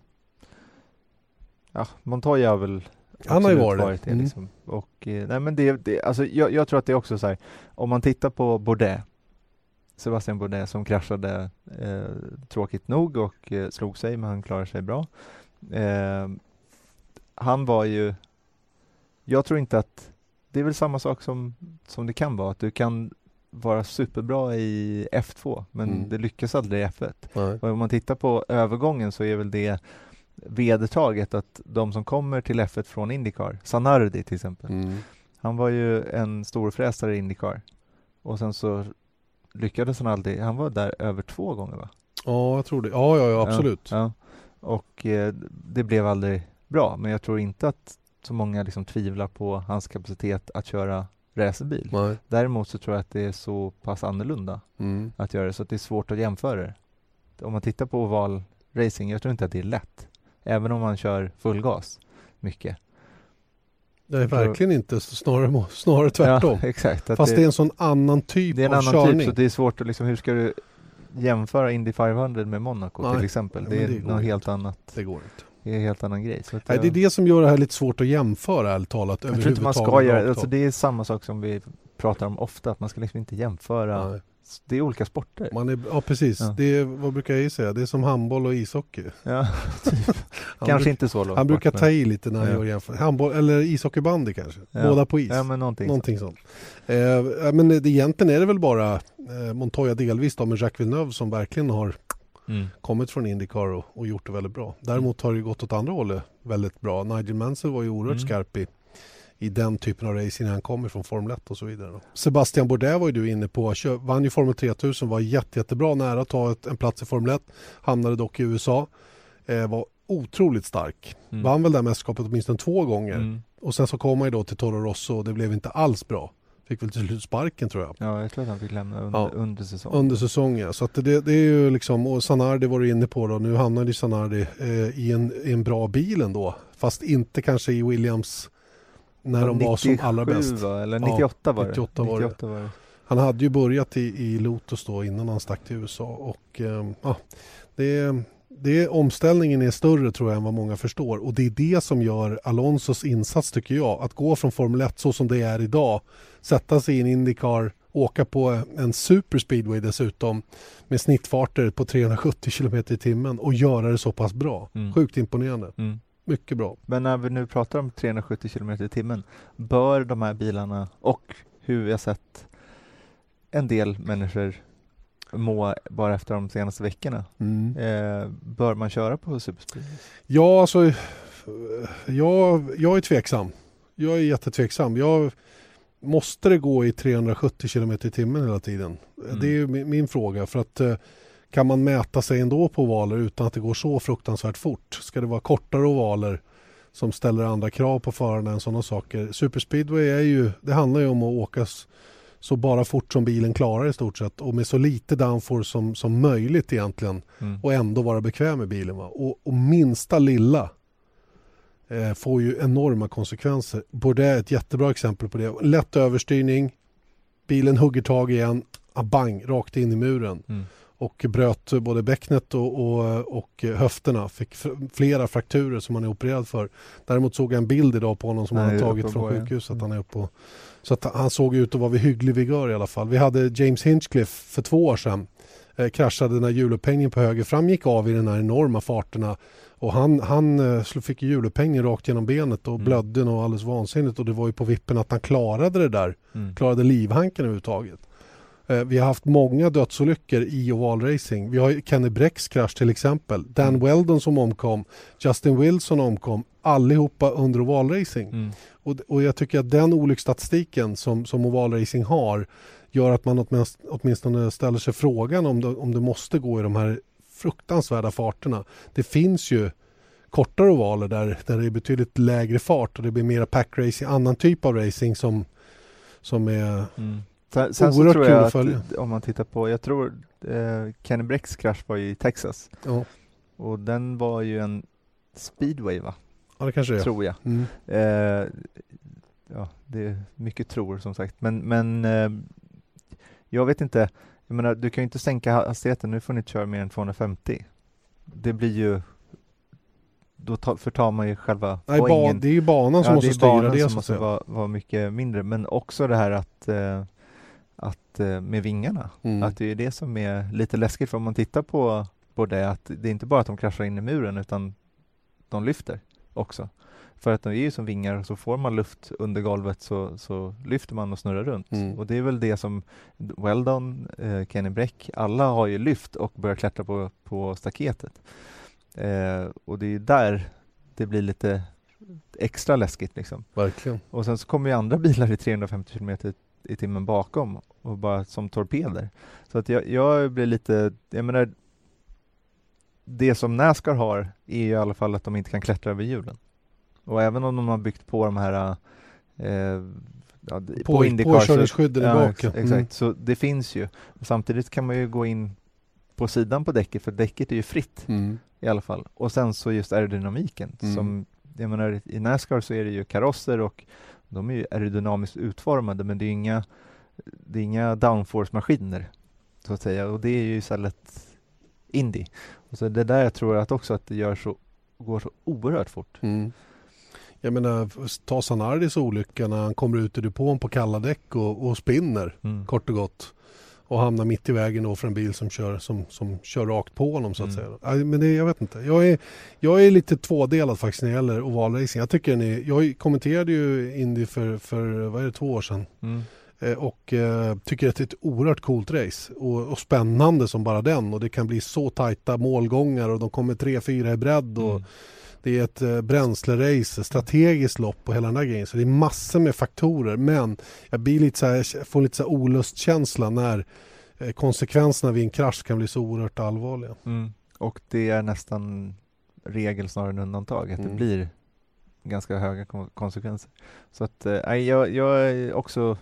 Ja, Montoya har väl Han har ju varit, varit det. Mm. Liksom. Och, eh, nej, men det, det, alltså, jag, jag tror att det är också så här, om man tittar på Bourdais, Sebastian Bourdais som kraschade eh, tråkigt nog och eh, slog sig, men han klarar sig bra. Eh, han var ju, jag tror inte att, det är väl samma sak som, som det kan vara, att du kan vara superbra i F två, men Mm. det lyckas aldrig i F ett. Nej. Och om man tittar på övergången så är väl det vedertaget att de som kommer till F ett från IndyCar, Zanardi till exempel, Mm. han var ju en storfräsare i IndyCar och sen så lyckades han aldrig, han var där över två gånger va? Ja, jag tror det. Ja, ja, ja absolut. Ja, ja. Och eh, det blev aldrig bra, men jag tror inte att så många liksom tvivlar på hans kapacitet att köra racerbil. Nej. Däremot så tror jag att det är så pass annorlunda Mm. att göra det så att det är svårt att jämföra det. Om man tittar på oval racing, jag tror inte att det är lätt. Även om man kör full gas mycket. Det är verkligen inte, snarare, snarare tvärtom. Ja, exakt. Att Fast det, det är en sån annan typ det är en av annan körning. typ, så det är svårt att liksom, hur ska du jämföra Indy femhundra med Monaco Nej, till exempel? men Det är det går något inte. helt annat. Det går inte. Det är en helt annan grej. Så att Nej, jag, det är det som gör det här lite svårt att jämföra, ärligt talat. jag tror inte man ska göra alltså, det. Är samma sak som vi pratar om ofta, att man ska liksom inte jämföra. Nej. Det är olika sporter. Man är, ja, precis. Ja. Det är, vad brukar jag säga? Det är som handboll och ishockey. Ja, typ. Han Kanske bruk, inte så långt. Han brukar bort, ta i lite när han Ja. gör jämförelser. Handboll, eller ishockeybandy kanske. Ja. Båda på is. Ja, men någonting, någonting sånt. Eh, men det, egentligen är det väl bara eh, Montoya delvis då, med Jacques Villeneuve som verkligen har Mm. kommit från IndyCar och, och gjort det väldigt bra. Däremot har det gått åt andra hållet väldigt bra. Nigel Mansell var ju oerhört Mm. skarp i, i den typen av racing när han kom ifrån Formel ett och så vidare. Då. Sebastian Bourdais var ju du inne på. Kör, vann ju Formel tre tusen, var jätte, jättebra nära att ta ett, en plats i Formel ett. Hamnade dock i U S A. Eh, var otroligt stark. Mm. Vann väl det här mästerskapet åtminstone två gånger. Mm. Och sen så kom han ju då till Toro Rosso och det blev inte alls bra. Fick väl till slut sparken tror jag. Ja, jag tror att han fick lämna under, Ja. under säsongen. Under säsongen. Så att det, det är ju liksom, och Zanardi var du inne på då. Nu hamnade Zanardi eh, i, en, i en bra bil ändå. Fast inte kanske i Williams när de var som allra bäst. Va? Eller nittioåtta var det. nittioåtta var det. nittioåtta var det. Han hade ju börjat i, i Lotus då innan han stack till U S A. Och eh, ja, det, det, omställningen är större tror jag än vad många förstår. Och det är det som gör Alonsos insats tycker jag. Att gå från Formel ett så som det är idag. Sätta sig i en IndyCar, åka på en superspeedway dessutom med snittfarter på trehundrasjuttio kilometer i timmen och göra det så pass bra. Mm. Sjukt imponerande. Mm. Mycket bra. Men när vi nu pratar om trehundrasjuttio kilometer i timmen, bör de här bilarna och hur vi har sett en del människor må bara efter de senaste veckorna, Mm. eh, bör man köra på superspeedway? Ja, alltså eh, jag, jag är tveksam. Jag är jättetveksam. Jag måste det gå i trehundrasjuttio kilometer i timmen hela tiden? Mm. Det är ju min, min fråga. För att eh, kan man mäta sig ändå på ovaler utan att det går så fruktansvärt fort? Ska det vara kortare ovaler som ställer andra krav på förarna än sådana saker? Superspeedway är ju, det handlar ju om att åka s- så bara fort som bilen klarar i stort sett och med så lite downforce som, som möjligt egentligen Mm. och ändå vara bekväm med bilen. Va? Och, och minsta lilla eh, får ju enorma konsekvenser. Både är ett jättebra exempel på det. Lätt överstyrning, bilen hugger tag igen, ah, bang, rakt in i muren. Mm. och bröt både bäcknet och, och, och höfterna. Fick f- flera frakturer som han är opererad för. Däremot såg jag en bild idag på honom som Nej, han har tagit från sjukhuset. Mm. Han är uppe på, så att han såg ut att vara vid hygglig vigör i alla fall. Vi hade James Hinchcliffe för två år sedan. Eh, kraschade när hjulupphängningen på höger fram gick av i den här enorma farterna. Och han, han eh, fick hjulupphängning rakt genom benet och mm. blödde och alldeles vansinnigt. Och det var ju på vippen att han klarade det där. Mm. Klarade livhanken överhuvudtaget. Vi har haft många dödsolyckor i ovalracing. Vi har Kenny Brecks krasch till exempel. Dan mm. Weldon som omkom. Justin Wilson omkom. Allihopa under ovalracing. Mm. Och, och jag tycker att den olycksstatistiken som, som ovalracing har gör att man åtminstone, åtminstone ställer sig frågan om det, om det måste gå i de här fruktansvärda farterna. Det finns ju kortare ovaler där, där det är betydligt lägre fart och det blir mera packracing, annan typ av racing som, som är... Mm. Sen, sen så tror jag att, att om man tittar på, jag tror eh, Kenny Brecks krasch var ju i Texas. Ja. Och den var ju en speedway, va? Ja, det kanske är. Tror jag. Mm. Eh, ja, det är mycket tror som sagt. Men, men eh, jag vet inte, jag menar, du kan ju inte sänka hastigheten, nu får ni inte köra mer än tvåhundrafemtio. Det blir ju, då ta, förtar man ju själva Nej, poängen. Ba, det är ju banan som ja, måste det styra banan det. Som måste vara, vara mycket mindre, men också det här att eh, att med vingarna, mm. att det är det som är lite läskigt, för om man tittar på, på det, att det är inte bara att de kraschar in i muren utan de lyfter också. För att de är ju som vingar, och så får man luft under golvet så, så lyfter man och snurrar runt. Mm. Och det är väl det som Weldon, eh, Kenny Breck, alla har ju lyft och börjar klättra på, på staketet. Eh, och det är där det blir lite extra läskigt liksom. Verkligen. Och sen så kommer ju andra bilar i trehundrafemtio kilometer i timmen bakom och bara som torpeder. Så att jag, jag blir lite, jag menar, det som NASCAR har är ju i alla fall att de inte kan klättra över hjulen. Och även om de har byggt på de här eh, ja, på, på IndyCar, påkörningsskydden ja, i bak. Ex, exakt, mm. så det finns ju. Samtidigt kan man ju gå in på sidan på däcket, för däcket är ju fritt mm. i alla fall. Och sen så just aerodynamiken mm. som, jag menar, i NASCAR så är det ju karosser och de är ju aerodynamiskt utformade, men det är inga, det är inga downforce-maskiner så att säga, och det är ju istället Indy. Och så det där jag tror att också att det gör så, går så oerhört fort. Mm. Jag menar, ta Sanardis olycka när han kommer ut ur depån på kalla däck och, och spinner, mm. kort och gott. Och hamnar mitt i vägen då för en bil som kör, som, som kör rakt på honom så att mm. säga. Men det, jag vet inte. Jag är, jag är lite tvådelad faktiskt när det gäller ovalracing. Jag tycker ni, jag kommenterade ju Indy för, för vad är det, två år sedan. Mm. Eh, och eh, tycker att det är ett oerhört coolt race. Och, och spännande som bara den. Och det kan bli så tajta målgångar och de kommer tre fyra i bredd och mm. det är ett eh, bränslerace, strategiskt lopp och hela den där grejen. Så det är massor med faktorer. Men jag blir lite så här, får lite så här olustkänsla när eh, konsekvenserna vid en krasch kan bli så oerhört allvarliga. Mm. Och det är nästan regel snarare än undantag. Att mm. det blir ganska höga konsekvenser. Så att eh, jag, jag är också...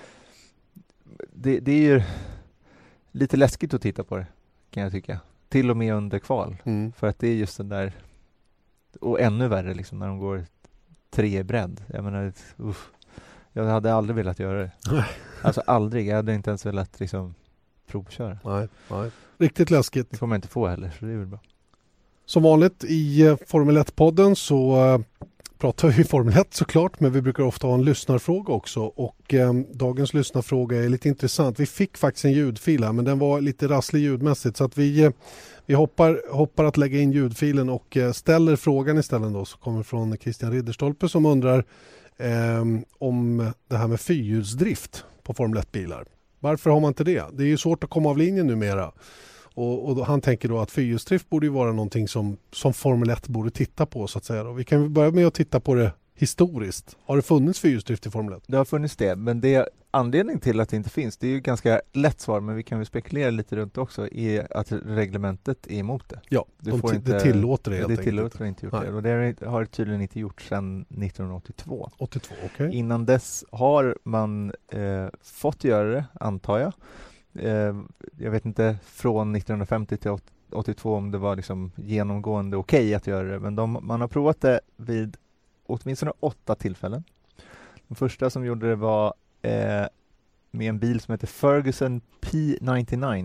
Det, det är ju lite läskigt att titta på det, kan jag tycka. Till och med under kval. Mm. För att det är just den där... Och ännu värre liksom när de går tre i bredd. Jag menar, uff, jag hade aldrig velat göra det. Alltså aldrig. Jag hade inte ens velat liksom provköra. Nej, nej. Riktigt läskigt. Det får man inte få heller, så det är väl bra. Som vanligt i Formel ett-podden så uh, pratar vi Formel ett såklart, men vi brukar ofta ha en lyssnarfråga också. Och um, dagens lyssnarfråga är lite intressant. Vi fick faktiskt en ljudfil här, men den var lite rasslig ljudmässigt, så att vi... Uh, Vi hoppar, hoppar att lägga in ljudfilen och eh, ställer frågan istället då, som kommer från Christian Ridderstolpe som undrar eh, om det här med fyrhjulsdrift på Formel ett-bilar. Varför har man inte det? Det är ju svårt att komma av linjen numera. Och, och då, han tänker då att fyrhjulsdrift borde ju vara någonting som, som Formel ett borde titta på så att säga. Då. Vi kan börja med att titta på det historiskt. Har det funnits fyrhjulsdrift i Formel ett? Det har funnits det, men det är anledningen till att det inte finns, det är ju ganska lätt svar, men vi kan väl spekulera lite runt också, i att reglementet är emot det. Ja, du de får t- inte, det tillåter det helt Det tillåter inte gjort det, och det har det tydligen inte gjort sedan nittonhundraåttiotvå. åttiotvå, okay. Innan dess har man eh, fått göra det, antar jag. Eh, jag vet inte från nittonhundrafemtio till åttiotvå om det var liksom genomgående okej okay att göra det, men de, man har provat det vid åtminstone åtta tillfällen. Den första som gjorde det var eh, med en bil som heter Ferguson P nittionio.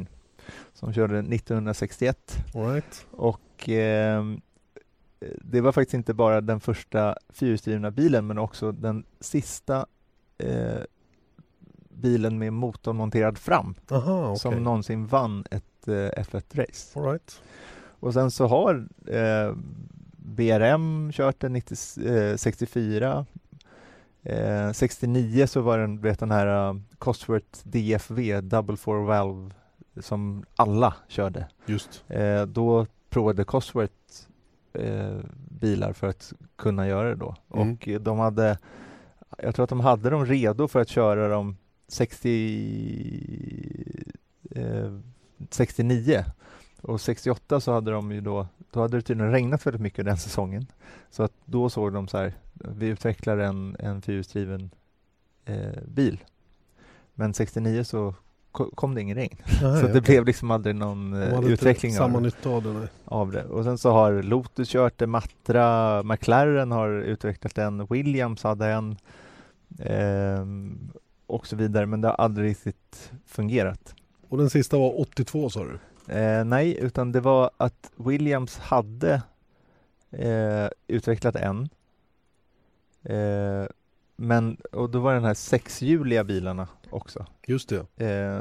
som körde nittonhundrasextioett. All right. Och eh, det var faktiskt inte bara den första fyrhjulsdrivna bilen men också den sista eh, bilen med motorn monterad fram. Aha, okay. Som någonsin vann ett eh, F ett-race. All right. Och sen så har eh, B R M kört den nittio, eh, sextiofyra. Eh, sextionio så var den, vet, den här uh, Cosworth D F V, Double Four Valve, som alla körde. Just. Eh, då provade Cosworth eh, bilar för att kunna göra det då. Mm. Och de hade, jag tror att de hade dem redo för att köra dem sextio, eh, sextionio. Och sextioåtta så hade de ju då, då hade det tydligen regnat väldigt mycket den säsongen. Så att då såg de så här, vi utvecklar en, en fyrhjulsdriven eh, bil. Men sextionio så kom det ingen regn. Nej, så okay. det blev liksom aldrig någon eh, utveckling samma av, nytta av, det, av det. Och sen så har Lotus kört det, Matra, McLaren har utvecklat en, Williams hade en eh, och så vidare. Men det har aldrig riktigt fungerat. Och den sista var åttiotvå, sa du? Eh, nej, utan det var att Williams hade eh, utvecklat en. Eh, men, och då var den här sexhjuliga bilarna också. Just det. Eh,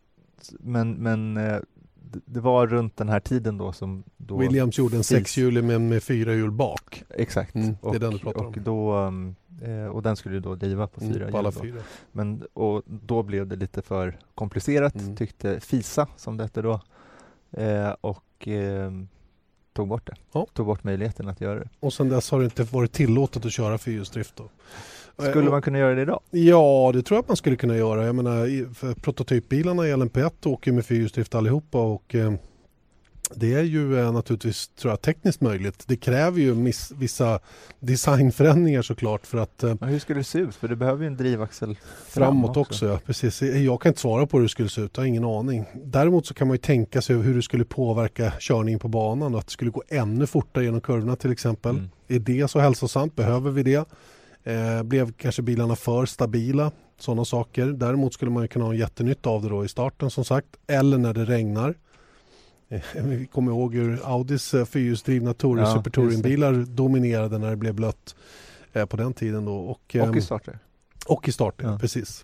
men men eh, det, det var runt den här tiden då som då Williams gjorde en sexhjulig med, med fyra hjul bak. Exakt. Mm, det är och, den du pratar om. och, då, um, eh, och den skulle ju då driva på fyra mm, på alla hjul. fyra. Men, och då blev det lite för komplicerat, mm. tyckte FISA, som det hette då. Eh, och eh, tog bort det. Ja. Tog bort möjligheten att göra det. Och sen dess har det inte varit tillåtet att köra fyrhjulsdrift då. Skulle man kunna göra det idag? Ja, det tror jag att man skulle kunna göra. Jag menar, för prototypbilarna i L M P ett åker med fyrhjulsdrift allihopa och eh, det är ju eh, naturligtvis, tror jag, tekniskt möjligt. Det kräver ju miss, vissa designförändringar såklart för att... Eh, Men hur skulle det se ut? För det behöver ju en drivaxel framåt fram också. också. Ja, precis. Jag kan inte svara på hur det skulle se ut, jag har ingen aning. Däremot så kan man ju tänka sig hur det skulle påverka körningen på banan. Att det skulle gå ännu fortare genom kurvorna till exempel. Mm. Är det så hälsosamt? Behöver vi det? Eh, blev kanske bilarna för stabila? Sådana saker. Däremot skulle man ju kunna ha en jättenytta av det då i starten som sagt. Eller när det regnar. Eh, vi kommer ihåg hur Audis eh, fyrhjulsdrivna Tourer, Ja, Super Touring-bilar dominerade när det blev blött eh, på den tiden då. Och, eh, Och i starter. och i starten, Ja. precis.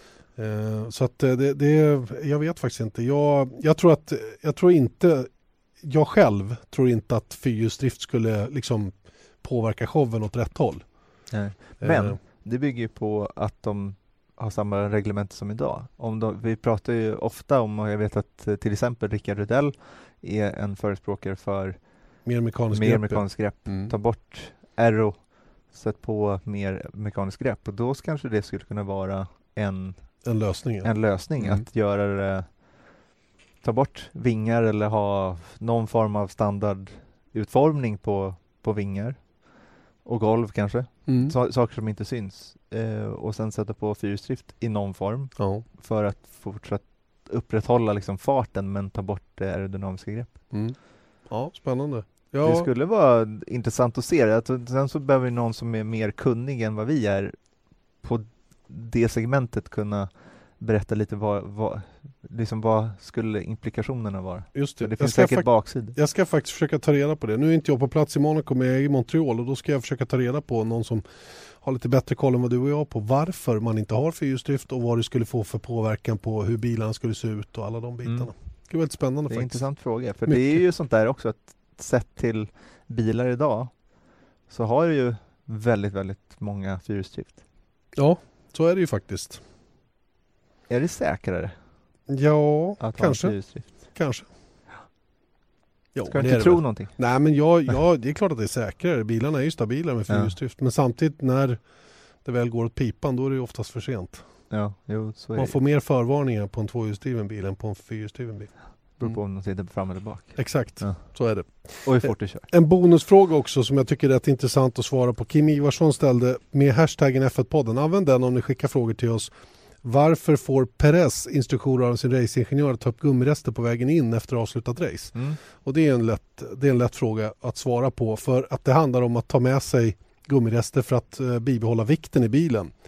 Eh, så att det, det, jag vet faktiskt inte. Jag, jag tror att, jag tror inte, jag själv tror inte att fyrhjulsdrift skulle liksom påverka showen åt rätt håll. Nej. Men Eh, det bygger ju på att de har samma reglement som idag. Om de, vi pratar ju ofta om, och jag vet att eh, till exempel Rickard Rydell är en förespråkare för mer mekanisk mer grepp. mekanisk grepp. Mm. Ta bort aero, sätt på mer mekanisk grepp. Och då kanske det skulle kunna vara en, En lösning. Ja. en lösning Mm. att göra det, ta bort vingar eller ha någon form av standardutformning på, på vingar. Och golv kanske. Mm. Sa- saker som inte syns. Eh, och sen sätta på fyrhjulsdrift i någon form Ja. för att fortsatt upprätthålla liksom farten men ta bort det aerodynamiska grepp. Mm. Ja, spännande. Ja. Det skulle vara intressant att se det. Att, sen så behöver någon som är mer kunnig än vad vi är på det segmentet kunna berätta lite vad, vad, liksom vad skulle implikationerna vara. Just det. För det Jag finns ska säkert fak- baksidor. Jag ska faktiskt försöka ta reda på det. Nu är inte jag på plats i Monaco men jag är i Montreal och då ska jag försöka ta reda på någon som har lite bättre koll än vad du och jag på varför man inte har fyrhjulsdrift och vad det skulle få för påverkan på hur bilarna skulle se ut och alla de bitarna. Mm. Det är väldigt spännande Det är en faktiskt. intressant fråga. För Mycket. det är ju sånt där också att sett till bilar idag så har ju väldigt, väldigt många fyrhjulsdrift. Ja, så är det ju faktiskt. Är det säkrare Ja, att ha en kanske. fyrhjulsdrift? Kanske. Ja, Ska det du är inte det tro väl. någonting? Nej, men jag, jag, det är klart att det är säkrare. Bilarna är ju stabilare med fyrhjulsdrift. Men samtidigt när det väl går åt pipan då är det ju oftast för sent. Ja, jo, så är Man det. får mer förvarningar på en tvåhjulsdriven bil än på en fyrhjulsdriven bil. Beror på om de sitter fram eller bak. Exakt, Ja. så är det. Och hur fort du kör. En bonusfråga också som jag tycker är rätt intressant att svara på. Kim Ivarsson ställde med hashtaggen F ett podden. Använd den om ni skickar frågor till oss. Varför får Perez instruktioner av sin racingingenjör att ta upp gummirester på vägen in efter avslutat race? Mm. Och det är en lätt, det är en lätt fråga att svara på för att det handlar om att ta med sig gummirester för att eh, bibehålla vikten i bilen.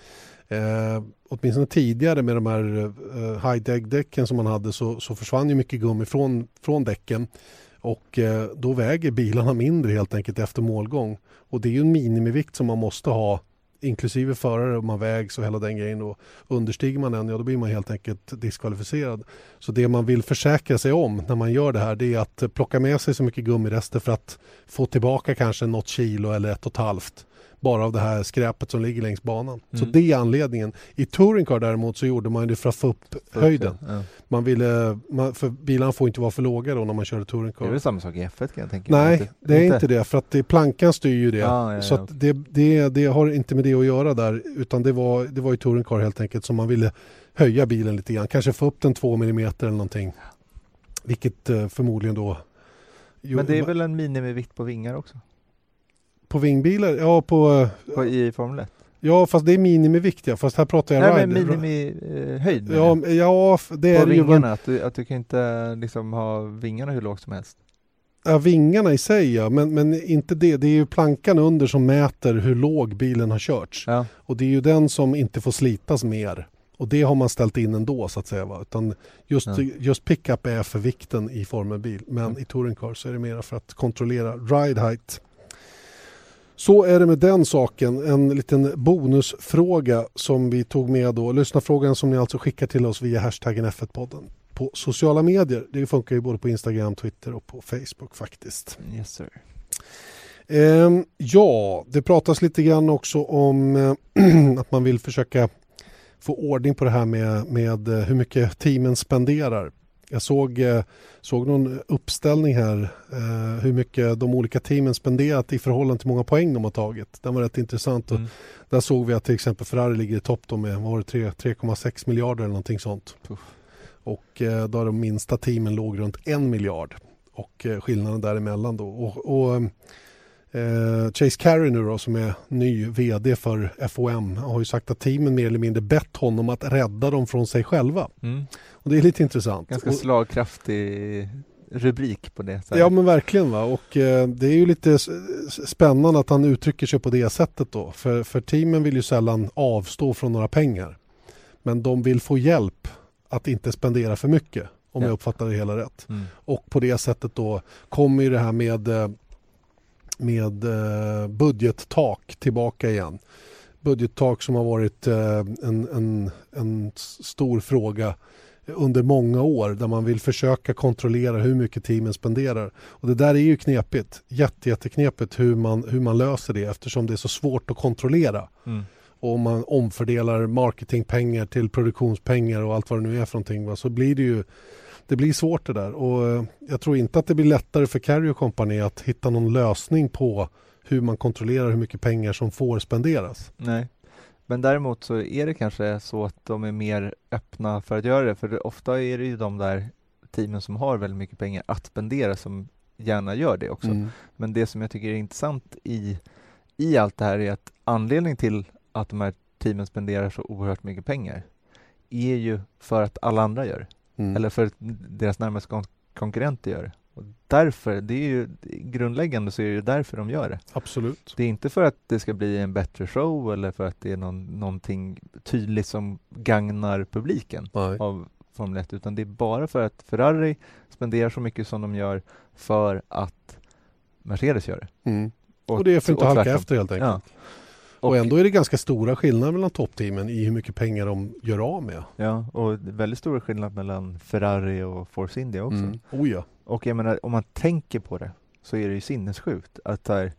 Eh, åtminstone tidigare med de här eh, high-deck-däcken som man hade så, så försvann ju mycket gummi från, från däcken. Och eh, då väger bilarna mindre helt enkelt efter målgång. Och det är ju en minimivikt som man måste ha inklusive förare och man vägs och hela den grejen. Och understiger man den, ja då blir man helt enkelt diskvalificerad. Så det man vill försäkra sig om när man gör det här, det är att plocka med sig så mycket gummirester för att få tillbaka kanske något kilo eller ett och ett halvt. Bara av det här skräpet som ligger längs banan. Mm. Så det är anledningen. I touringcar däremot så gjorde man det för att få upp höjden. Ja. Man ville, man, för bilarna får inte vara för låga då när man kör touringcar. Det är väl samma sak i F ett kan jag tänka. Nej, inte, det är inte. inte det. För att det, plankan styr ju det. Ja, ja, så ja, att det, det, det har inte med det att göra där. Utan det var, det var i touringcar helt enkelt som man ville höja bilen lite grann. Kanske få upp den två millimeter eller någonting. Vilket eh, förmodligen då... Jo, men det är väl en minimivikt på vingar också? På vingbilar? Ja, på... på I Formel ett? Ja, fast det är minimivikt, ja. Fast här pratar jag Nej, rider. men minimihöjd. Eh, ja, ja, det är på ju... vingarna, att du, att du kan inte liksom ha vingarna hur lågt som helst. Ja, vingarna i sig, ja. Men, men inte det. Det är ju plankan under som mäter hur låg bilen har körts. Ja. Och det är ju den som inte får slitas mer. Och det har man ställt in ändå så att säga. Va? Utan just, ja. just pickup är för vikten i formelbil. Men mm. i touringcar så är det mer för att kontrollera ride height. Så är det med den saken. En liten bonusfråga som vi tog med då. Lyssnarfrågan som ni alltså skickar till oss via hashtaggen F ett-podden på sociala medier. Det funkar ju både på Instagram, Twitter och på Facebook faktiskt. Yes sir. Ehm, ja, det pratas lite grann också om äh, att man vill försöka få ordning på det här med, med hur mycket teamen spenderar. Jag såg, såg någon uppställning här eh, hur mycket de olika teamen spenderat i förhållande till många poäng de har tagit. Den var rätt intressant. Mm. Och där såg vi att till exempel Ferrari ligger i topp då med var det tre komma sex miljarder eller någonting sånt. Puff. Och eh, då de minsta teamen låg runt en miljard. Och eh, skillnaden däremellan då. Och, och eh, Chase Carey nu då som är ny vd för F O M har ju sagt att teamen mer eller mindre bett honom att rädda dem från sig själva. Mm. Och det är lite intressant. Ganska slagkraftig rubrik på det. Ja men verkligen va. Och eh, det är ju lite spännande att han uttrycker sig på det sättet då. För, för teamen vill ju sällan avstå från några pengar. Men de vill få hjälp att inte spendera för mycket. Om ja. jag uppfattar det hela rätt. Mm. Och på det sättet då kommer ju det här med, med eh, budgettak tillbaka igen. Budgettak som har varit eh, en, en, en stor fråga under många år där man vill försöka kontrollera hur mycket teamen spenderar. Och det där är ju knepigt, jätte, jätteknepigt hur man, hur man löser det eftersom det är så svårt att kontrollera. Mm. Och om man omfördelar marketingpengar till produktionspengar och allt vad det nu är för någonting va, så blir det ju det blir svårt det där. Och jag tror inte att det blir lättare för Carrier Company att hitta någon lösning på hur man kontrollerar hur mycket pengar som får spenderas. Nej. Men däremot så är det kanske så att de är mer öppna för att göra det. För det, ofta är det ju de där teamen som har väldigt mycket pengar att spendera som gärna gör det också. Mm. Men det som jag tycker är intressant i, i allt det här är att anledningen till att de här teamen spenderar så oerhört mycket pengar är ju för att alla andra gör det. Mm. Eller för att deras närmaste kon- konkurrenter gör det. Och därför, det är ju grundläggande så är det därför de gör det. Absolut. Det är inte för att det ska bli en bättre show eller för att det är någon, någonting tydligt som gagnar publiken Nej. av Formel ett, utan det är bara för att Ferrari spenderar så mycket som de gör för att Mercedes gör det. Mm. Och, och det är för att inte halka efter helt enkelt. Ja. Och, och ändå är det ganska stora skillnader mellan toppteamen i hur mycket pengar de gör av med. Ja, och väldigt stora skillnader mellan Ferrari och Force India också. Mm. Oh ja. Och jag menar, om man tänker på det så är det ju sinnessjukt att där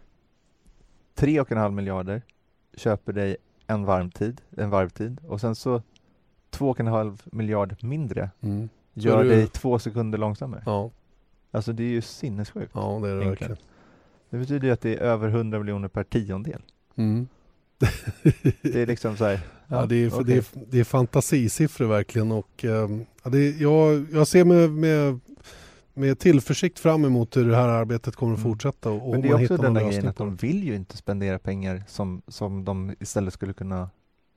tre och en halv miljarder köper dig en varmtid, en varvtid och sen så två och en halv miljard mindre mm. gör du... dig två sekunder långsammare. Ja. Alltså det är ju sinnessjukt. Ja, det är det verkligen. Det betyder ju att det är över hundra miljoner per tiondel. Mm. Det är liksom så här. Ja, ja det, är, okay. det, är, det är fantasisiffror verkligen och um, ja, det är, jag, jag ser med, med, med tillförsikt fram emot hur det här arbetet kommer att fortsätta. Och, Men det är också den där grejen att de vill ju inte spendera pengar som, som de istället skulle kunna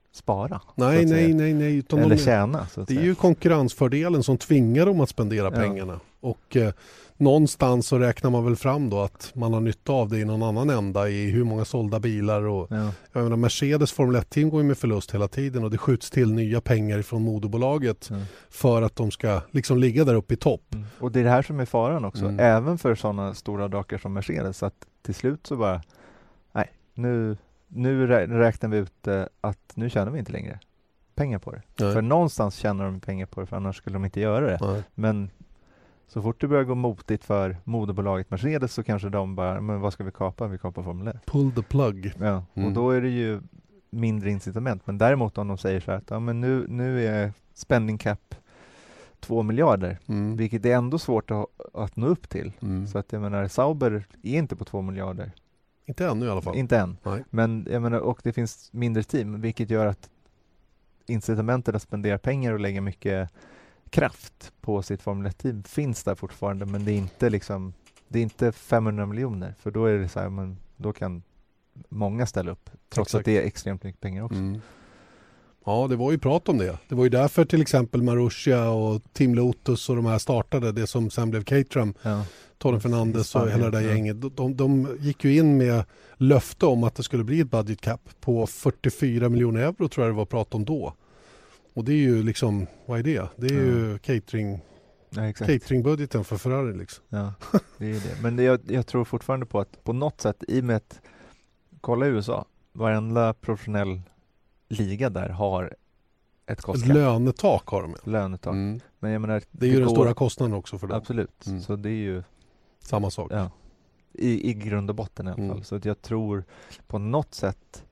spara. Nej, nej, nej, nej. Utan Eller de, tjäna. Så att det är säga. ju konkurrensfördelen som tvingar dem att spendera Ja. pengarna. Och eh, någonstans så räknar man väl fram då att man har nytta av det i någon annan ända i hur många sålda bilar. Och, Ja. jag menar, Mercedes Formel ett-team går ju med förlust hela tiden och det skjuts till nya pengar från moderbolaget Mm. för att de ska liksom ligga där uppe i topp. Mm. Och det är det här som är faran också. Mm. Även för sådana stora drakar som Mercedes. Att till slut så bara, nej, nu, nu rä- räknar vi ut eh, att nu tjänar vi inte längre pengar på det. Nej. För någonstans tjänar de pengar på det, för annars skulle de inte göra det. Nej. Men så fort det börjar gå motigt för moderbolaget Mercedes så kanske de bara, men vad ska vi kapa? Vi kapar Formel ett. Pull the plug. Ja, Mm. och då är det ju mindre incitament. Men däremot om de säger så här att ja, men nu, nu är spending cap två miljarder, Mm. vilket är ändå svårt att, att nå upp till. Mm. Så att jag menar, Sauber är inte på två miljarder. Inte ännu i alla fall. Inte än. Nej. Men jag menar, och det finns mindre team, vilket gör att incitamentet att spendera pengar och lägga mycket kraft på sitt Formel ett-team finns där fortfarande, men det är inte liksom, det är inte femhundra miljoner, för då är det så här, men då kan många ställa upp, trots Exakt. att det är extremt mycket pengar också. Mm. Ja, det var ju prat om det. Det var ju därför till exempel Marussia och Team Lotus och de här startade, det som sen blev Caterham, Ja. Tony Fernandes och Spanien, hela det där ja. gänget. De, de, de gick ju in med löfte om att det skulle bli ett budget cap på fyrtiofyra miljoner euro, tror jag det var prat om då. Och det är ju liksom, vad är det? Det är Ja. ju catering, Ja, exakt. cateringbudgeten för Ferrari liksom. Ja, det är det. Men det, jag, jag tror fortfarande på att på något sätt, i och med att, kolla i U S A, varenda professionell liga där har ett Ett kostnad. lönetak har de. Ja. Lönetak. Mm. Men jag menar, Det är ju den går- stora kostnaden också för dem. Absolut, Mm. så det är ju Samma sak. ja, i, i grund och botten i alla Mm. fall. Så att jag tror på något sätt,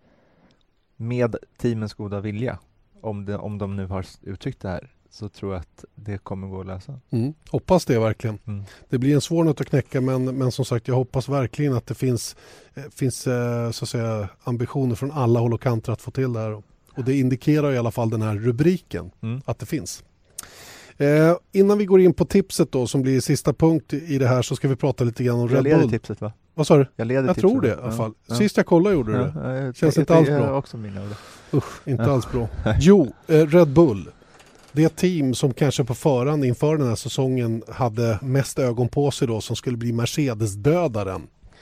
med teamens goda vilja, om, det, om de nu har uttryckt det här, så tror jag att det kommer gå att lösa. Mm. Hoppas det verkligen. Mm. Det blir en svår nöt att knäcka, men, men som sagt, jag hoppas verkligen att det finns, eh, finns eh, så att säga, ambitioner från alla håll och kanter att få till det här. Och det indikerar i alla fall den här rubriken, Mm. att det finns. Eh, innan vi går in på tipset då, som blir sista punkt i det här, så ska vi prata lite grann om Jag Red leder Bull. tipset, va? Vad sa du? Jag leder Jag tipset. tror det i alla Ja, fall. ja. Sist jag kollade gjorde du Ja, det. ja, jag- Känns jag- inte alls jag bra. har också mina av det. Usch, inte Ja. alls bra. Jo, eh, Red Bull. Det team som kanske på förhand inför den här säsongen hade mest ögon på sig då, som skulle bli Mercedes-dödaren.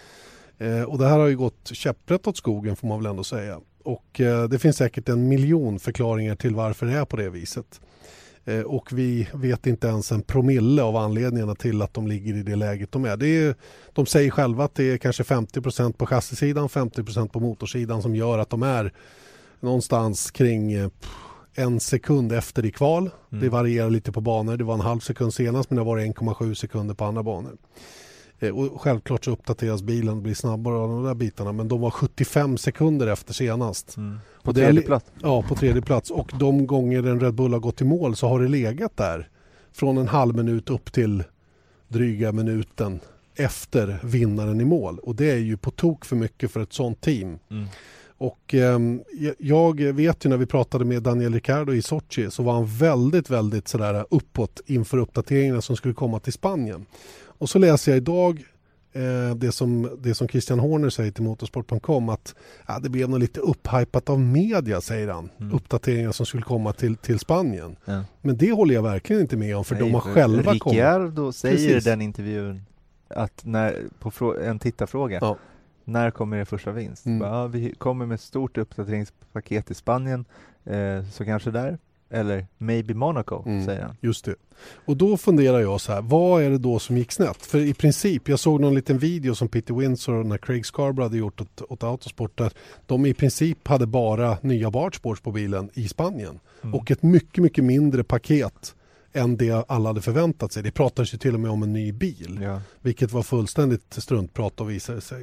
Eh, och det här har ju gått käpprätt åt skogen, får man väl ändå säga. Och eh, det finns säkert en miljon förklaringar till varför det är på det viset. Eh, och vi vet inte ens en promille av anledningarna till att de ligger i det läget de är. Det är de säger själva att det är kanske femtio procent på chassisidan, femtio procent på motorsidan som gör att de är någonstans kring eh, en sekund efter i kval. Mm. Det varierar lite på banor. Det var en halv sekund senast, men det var en komma sju sekunder på andra banor. Eh, och självklart så uppdateras bilen och blir snabbare av de där bitarna, men de var sjuttiofem sekunder efter senast. Mm. På Och det är tredje li- plats. Ja, på tredje plats. Och de gånger en Red Bull har gått i mål så har det legat där från en halv minut upp till dryga minuten efter vinnaren i mål. Och det är ju på tok för mycket för ett sånt team. Mm. Och eh, jag vet ju när vi pratade med Daniel Ricciardo i Sochi, så var han väldigt, väldigt sådär uppåt inför uppdateringarna som skulle komma till Spanien. Och så läser jag idag eh, det, som, det som Christian Horner säger till motorsport punkt com, att ja, det blev nog lite upphypat av media, säger han. Mm. Uppdateringar som skulle komma till, till Spanien. Ja. Men det håller jag verkligen inte med om, för Nej, de har själva kommit. Ricciardo säger i Precis. den intervjun att när, på frå- en tittarfråga, Ja. när kommer er första vinst? Mm. Bara, ja, vi kommer med ett stort uppdateringspaket i Spanien, eh, så kanske där, eller maybe Monaco, Mm. säger han. Just det. Och då funderar jag så här, vad är det då som gick snett? För i princip, jag såg någon liten video som Peter Windsor och när Craig Scarborough hade gjort åt, åt Autosport, där de i princip hade bara nya bartsports på bilen i Spanien. Mm. Och ett mycket, mycket mindre paket än det alla hade förväntat sig. Det pratades ju till och med om en ny bil, Ja. vilket var fullständigt struntprat och visade sig.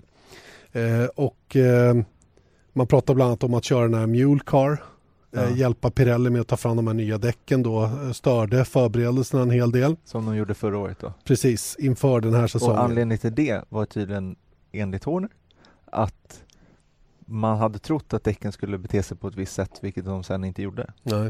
Eh, och eh, man pratar bland annat om att köra den här Mule Car, Ja. eh, hjälpa Pirelli med att ta fram de här nya däcken då, eh, störde förberedelserna en hel del. Som de gjorde förra året då. Precis, inför den här säsongen. Och anledningen till det var tydligen, enligt Horner, att man hade trott att däcken skulle bete sig på ett visst sätt, vilket de sen inte gjorde. Nej.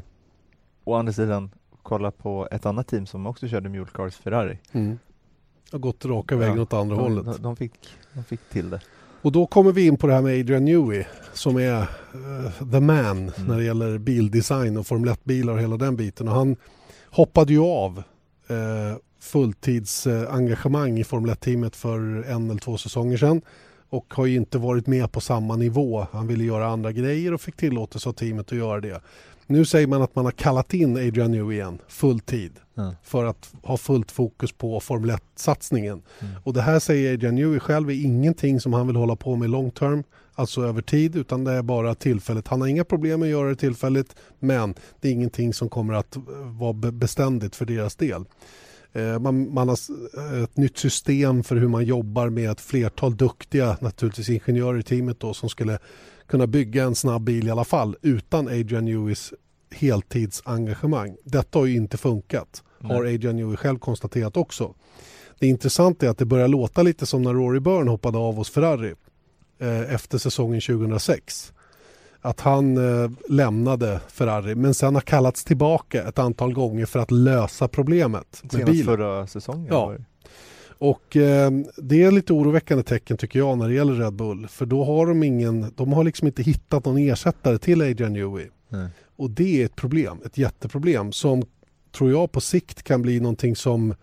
Å andra sidan, kolla på ett annat team som också körde Mule Cars, Ferrari. Mm. Har gått raka vägen Ja, åt andra de, hållet. De, de, fick, de fick till det. Och då kommer vi in på det här med Adrian Newey som är uh, the man mm. när det gäller bildesign och Formel ett-bilar och hela den biten. Och han hoppade ju av uh, fulltidsengagemang i Formel ett-teamet för en eller två säsonger sedan och har ju inte varit med på samma nivå. Han ville göra andra grejer och fick tillåtelse av teamet att göra det. Nu säger man att man har kallat in Adrian Newey igen, fulltid, mm. för att ha fullt fokus på Formel ett-satsningen. Mm. Och det här säger Adrian Newey själv är ingenting som han vill hålla på med long term, alltså över tid, utan det är bara tillfälligt. Han har inga problem med att göra det tillfälligt, men det är ingenting som kommer att vara beständigt för deras del. Man, man har ett nytt system för hur man jobbar med ett flertal duktiga naturligtvis ingenjörer i teamet då, som skulle kunna bygga en snabb bil i alla fall utan Adrian Neweys heltidsengagemang. Detta har ju inte funkat. Nej. Har Adrian Newey själv konstaterat också. Det intressanta är att det börjar låta lite som när Rory Byrne hoppade av hos Ferrari eh, efter säsongen tjugohundrasex. Att han eh, lämnade Ferrari men sen har kallats tillbaka ett antal gånger för att lösa problemet med senast bilen. Förra säsongen. Ja. Och eh, det är lite oroväckande tecken tycker jag när det gäller Red Bull. För då har de ingen, de har liksom inte hittat någon ersättare till Adrian Newey. Mm. Och det är ett problem, ett jätteproblem som tror jag på sikt kan bli någonting som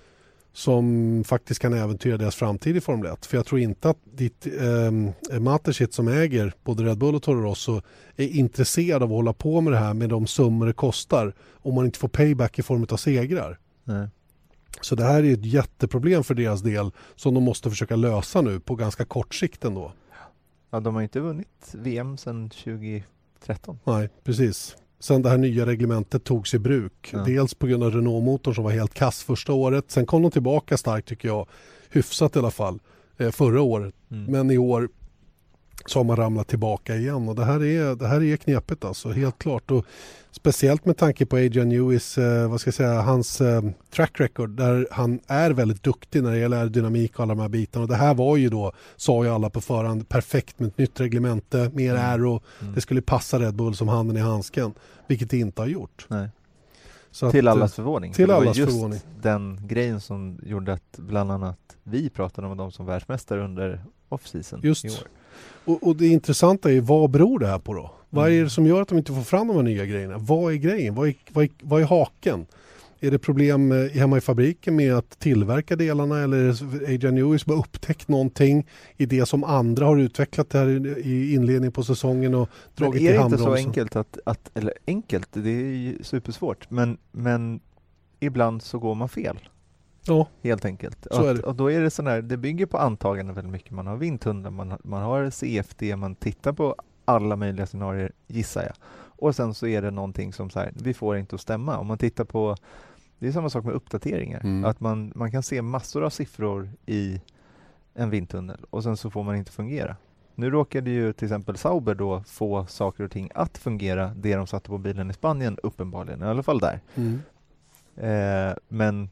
som faktiskt kan äventyra deras framtid i Formel ett. För jag tror inte att ditt eh, Mateschitz som äger både Red Bull och Toro Rosso är intresserad av att hålla på med det här med de summor det kostar om man inte får payback i form av segrar. Mm. Så det här är ett jätteproblem för deras del som de måste försöka lösa nu på ganska kort sikt ändå. Ja, de har inte vunnit V M sedan tjugohundratretton. Nej, precis. Sen det här nya reglementet togs i bruk. Ja. Dels på grund av Renault-motorn som var helt kass första året. Sen kom de tillbaka starkt tycker jag. Hyfsat i alla fall. Eh, förra året. Mm. Men i år så har man ramlat tillbaka igen. Och det här är, det här är knepigt alltså. Helt klart. Och speciellt med tanke på Adrian Neweys, eh, vad ska jag säga, hans eh, track record. Där han är väldigt duktig när det gäller aerodynamik och alla de här bitarna. Och det här var ju då, sa ju alla på förhand, perfekt med ett nytt reglemente. Mer aero. Mm. Det skulle passa Red Bull som handen i handsken. Vilket det inte har gjort. Nej. Så till att, allas förvåning. Till det allas var just förvåning. Den grejen som gjorde att bland annat vi pratade om dem som världsmästare under off-season just. i år. Och, och det intressanta är, vad beror det här på då? Vad är det som gör att de inte får fram de här nya grejerna? Vad är grejen? Vad är, vad är, vad är haken? Är det problem hemma i fabriken med att tillverka delarna eller är det Adrian Newey som har upptäckt någonting i det som andra har utvecklat här i inledningen på säsongen och dragit i handbromsen? Men är det inte så enkelt att, att, eller enkelt, det är ju supersvårt, men, men ibland så går man fel. Ja. Helt enkelt. Så är det. Och, och då är det sån här, det bygger på antaganden väldigt mycket. Man har vindtunnlar, man har, man har C F D, man tittar på alla möjliga scenarier, gissar jag. Och sen så är det någonting som så här, vi får inte att stämma. Om man tittar på, det är samma sak med uppdateringar. Mm. Att man, man kan se massor av siffror i en vindtunnel och sen så får man inte fungera. Nu råkade ju till exempel Sauber då få saker och ting att fungera, det de satte på bilen i Spanien uppenbarligen, i alla fall där. Mm. Eh, men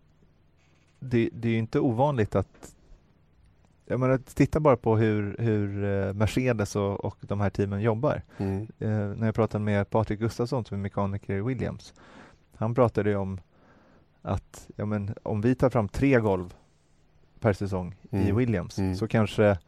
det, det är ju inte ovanligt att jag menar, titta bara på hur, hur Mercedes och, och de här teamen jobbar. Mm. Eh, när jag pratade med Patrik Gustafsson som är mekaniker i Williams. Han pratade ju om att ja, men, om vi tar fram tre golv per säsong mm. i Williams mm. så kanske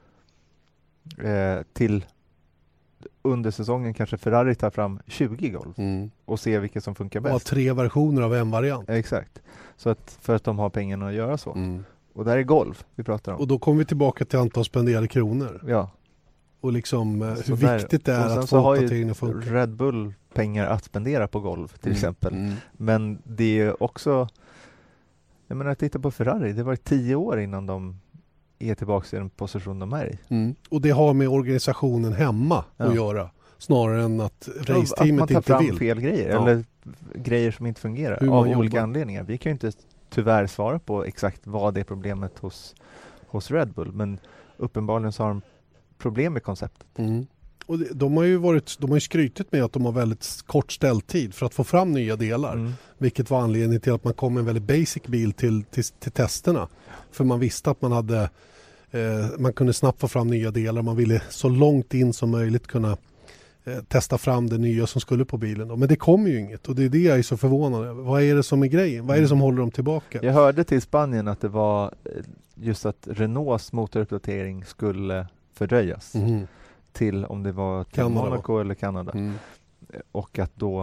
eh, till under säsongen kanske Ferrari tar fram tjugo golv mm. och ser vilka som funkar bäst. Och tre versioner av en variant. Ja, exakt. Så att, för att de har pengarna att göra så. Mm. Och där är golv vi pratar om. Och då kommer vi tillbaka till antal spenderade kronor. Ja. Och liksom hur så viktigt det är att få uppdateringen att funka. Red Bull pengar att spendera på golv till mm. exempel. Mm. Men det är också, jag menar titta på Ferrari, det var tio år innan de är tillbaka i den position de är i. Mm. Och det har med organisationen hemma ja. att göra. Snarare än att raceteamet inte vill. Att man tar fram fel grejer ja. eller grejer som inte fungerar av olika jobbar. anledningar. Vi kan ju inte tyvärr svara på exakt vad det är problemet hos, hos Red Bull. Men uppenbarligen så har de problem med konceptet. Mm. Och de har ju varit, de har ju skrytit med att de har väldigt kort ställtid för att få fram nya delar. Mm. Vilket var anledningen till att man kom med en väldigt basic bil till, till, till testerna. För man visste att man hade eh, man kunde snabbt få fram nya delar. Man ville så långt in som möjligt kunna eh, testa fram det nya som skulle på bilen. Då. Men det kommer ju inget och det är det jag är så förvånad över. Vad är det som är grejen? Vad är det som håller dem tillbaka? Jag hörde till Spanien att det var just att Renaults motoruppdatering skulle fördröjas Mm. till om det var till Kanada, Monaco eller Kanada. Mm. Och att då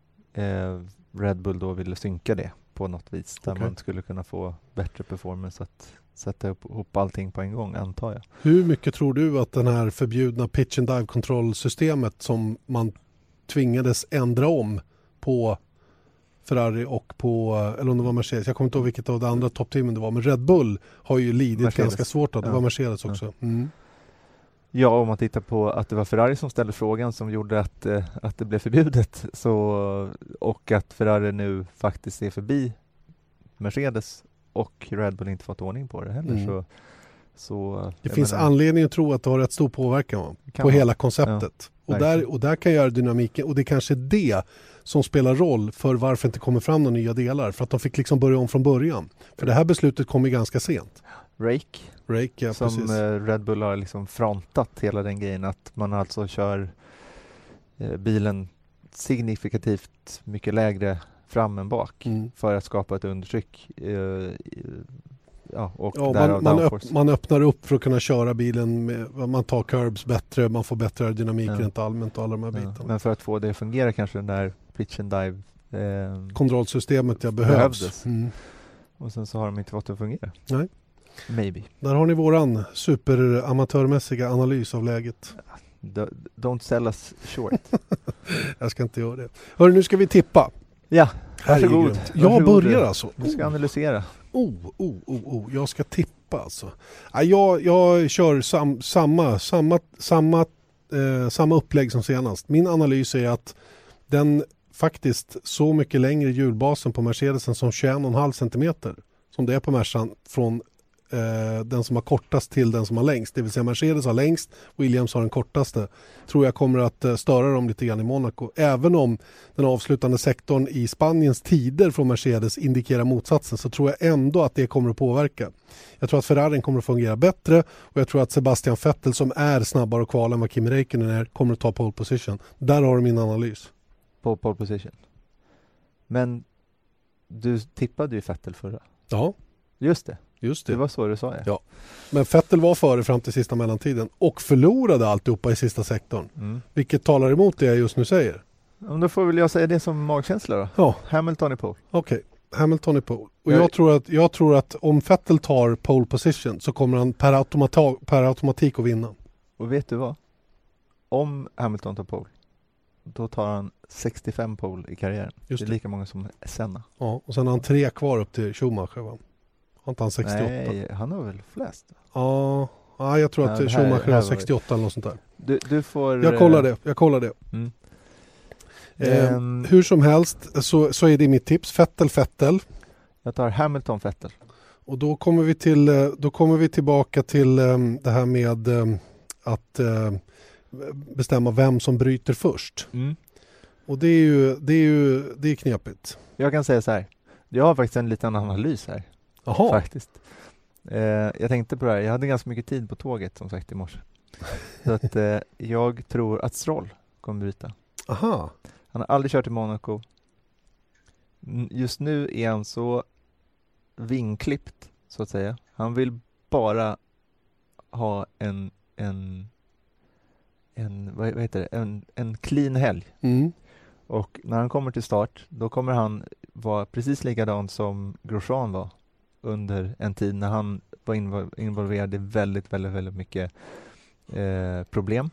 eh, Red Bull då ville synka det på något vis. Där Okej. man skulle kunna få bättre performance att sätta upp, ihop allting på en gång, antar jag. Hur mycket tror du att den här förbjudna pitch and dive kontrollsystemet som man tvingades ändra om på Ferrari och på, eller om det var Mercedes, jag kommer inte ihåg vilket av de andra toppteamen det var, men Red Bull har ju lidit Mercedes. ganska svårt av det. Det Ja. var Mercedes också. Mm. Ja, om man tittar på att det var Ferrari som ställde frågan som gjorde att, eh, att det blev förbjudet, så, och att Ferrari nu faktiskt är förbi Mercedes och Red Bull inte fått ordning på det heller. Mm. Så, så, Det jag finns menar, anledning att tro att det har rätt stor påverkan va? kan på vara. hela konceptet. och, verkligen. där, och där kan göra dynamiken, och det är kanske det som spelar roll för varför det inte kommer fram några nya delar. För att de fick liksom börja om från början. För det här beslutet kom ju ganska sent. Rake, Rake, ja, som precis. eh, Red Bull har liksom frontat hela den grejen, att man alltså kör eh, bilen signifikativt mycket lägre fram än bak Mm. för att skapa ett undertryck. Eh, i- ja, och Ja, därav man, man, downforce. öpp, man öppnar upp för att kunna köra bilen, med, man tar curbs bättre, man får bättre aerodynamik Ja. rent allmänt och alla de här Ja, bitarna. men för att få det att fungera kanske den där pitch and dive eh, Kontrollsystemet ja, behövs. Behövdes. Mm. och sen så har de inte fått det att fungera. Nej. Maybe. Där har ni våran superamatörmässiga analys av läget. D- don't sell us short. Jag ska inte göra det. Hörru, nu ska vi tippa. Ja, Här är varsågod. grymt. Jag Varsågod. börjar alltså. Du ska analysera. Oh, oh, oh, oh. Jag ska tippa alltså. Ja, jag, jag kör sam, samma, samma, samma, eh, samma upplägg som senast. Min analys är att den faktiskt så mycket längre hjulbasen på Mercedesen som tjugoen komma fem centimeter som det är på Mercan från eh, den som har kortast till den som har längst. Det vill säga Mercedes har längst, Williams har den kortaste. Tror jag kommer att eh, störa dem lite grann i Monaco. Även om den avslutande sektorn i Spaniens tider från Mercedes indikerar motsatsen, så tror jag ändå att det kommer att påverka. Jag tror att Ferrarin kommer att fungera bättre, och jag tror att Sebastian Vettel, som är snabbare och kval än vad Kimi Räikkönen är, kommer att ta pole position. Där har du min analys. På pole position. Men du tippade ju Vettel förra. Ja, Just det. just Det det. var så du sa. Ja. Ja. Men Vettel var före fram till sista mellantiden och förlorade alltihopa i sista sektorn. Mm. Vilket talar emot det jag just nu säger. Ja, då får väl jag säga det som magkänsla då. Ja, Hamilton i pole. okej. Hamilton är pole. Och Jag- jag tror, att, jag tror att om Vettel tar pole position så kommer han per, automata- per automatik att vinna. Och vet du vad? Om Hamilton tar pole, då tar han sextiofem pole i karriären. Just det är det. lika många som Senna. Ja, och sen har han tre kvar upp till Schumacher, va? Har inte han sextioåtta? Nej, han har väl flest? Ja, ja, jag tror Ja, att det här- Schumacher här har var- sextioåtta eller något sånt där. Du, du får... Jag kollar det, jag kollar det. Mm. Eh, Ehm, Hur som helst så, så är det mitt tips. Vettel, Vettel. jag tar Hamilton Vettel. Och då kommer vi, till, eh, då kommer vi tillbaka till eh, det här med eh, att eh, bestämma vem som bryter först. Mm. Och det är ju, det är ju det är knepigt. Jag kan säga så här. Jag har faktiskt en liten analys här. Jaha, Faktiskt. Eh, jag tänkte på det här. Jag hade ganska mycket tid på tåget som sagt i morse. Så att eh, jag tror att Stroll kommer bryta. aha. Han har aldrig kört i Monaco. N- Just nu är han så vinklippt, så att säga. Han vill bara ha en en en vad vad heter det? En en clean helg. Mm. Och när han kommer till start, då kommer han vara precis likadan som Grosjean var under en tid när han var invol- involverad i väldigt, väldigt, väldigt mycket eh, problem.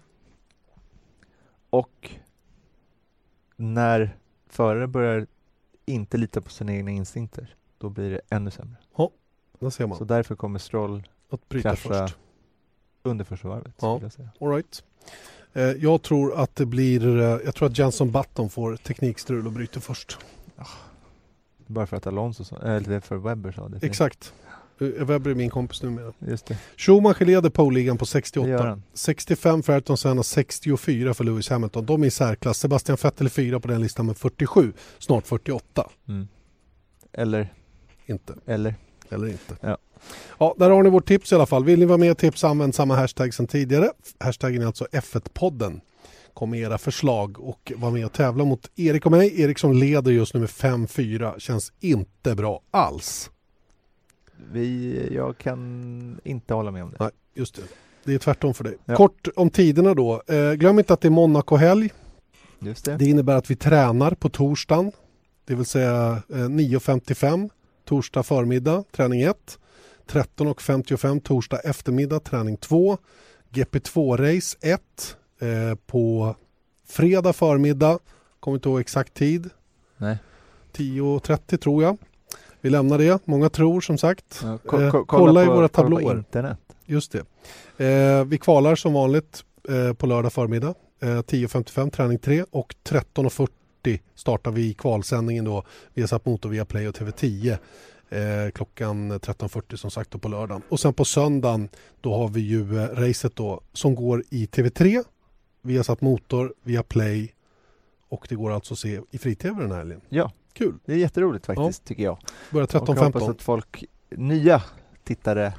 Och när förare börjar inte lita på sina egna instinkter, då blir det ännu sämre. Där ser man. Så därför kommer Stroll Att bryta krascha först. under första varvet, Ja. skulle jag säga. All right. Eh, jag tror att det blir, eh, jag tror att Jenson Button får teknikstrul och bryter först. Bara för att Alonso sa, eller för Webber sa det. Exakt. Eh, Webber är min kompis numera. Just det, Schumacher leder pole-ligan på det gör sextioåtta. han. sextiofem för Ayrton Senna, sextiofyra för Lewis Hamilton. De är i särklass. Sebastian Vettel är fyra på den listan med fyrtiosju, snart fyrtioåtta. Mm. Eller, Inte, eller. eller inte. Ja. Ja, där har ni vårt tips i alla fall. Vill ni vara med och tipsa, använd samma hashtag som tidigare. Hashtaggen är alltså F ett-podden. Kom med era förslag och var med och tävla mot Erik och mig. Erik som leder just nu med fem fyra. Känns inte bra alls. Vi, jag kan inte hålla med om det. Nej, just det. det är tvärtom för dig. Ja. Kort om tiderna då. Eh, glöm inte att det är Monaco-helg. Just det. Det innebär att vi tränar på torsdagen. Det vill säga eh, nio femtiofem torsdag förmiddag, träning ett. tretton femtiofem torsdag eftermiddag, träning två. G P två-race ett eh, på fredag förmiddag. Kommer inte ihåg exakt tid. Nej. tio trettio tror jag. Vi lämnar det. Många tror som sagt. Ja, ko- eh, ko- kolla, kolla i på, våra kolla tablåer. på internet. Just det. Eh, vi kvalar som vanligt eh, på lördag förmiddag. Eh, tio femtiofem träning tre och tretton fyrtio startar vi kvalsändningen då. Vi har satt motor via Play och T V tio. Eh, klockan tretton fyrtio som sagt då på lördagen. Och sen på söndagen då har vi ju eh, racet då som går i T V tre. Vi har satt motor via Play och det går alltså att se i fri-tv den här helgen. Ja, kul. Det är jätteroligt faktiskt tycker jag. Börjar Och tretton jag hoppas femton. att folk, nya tittare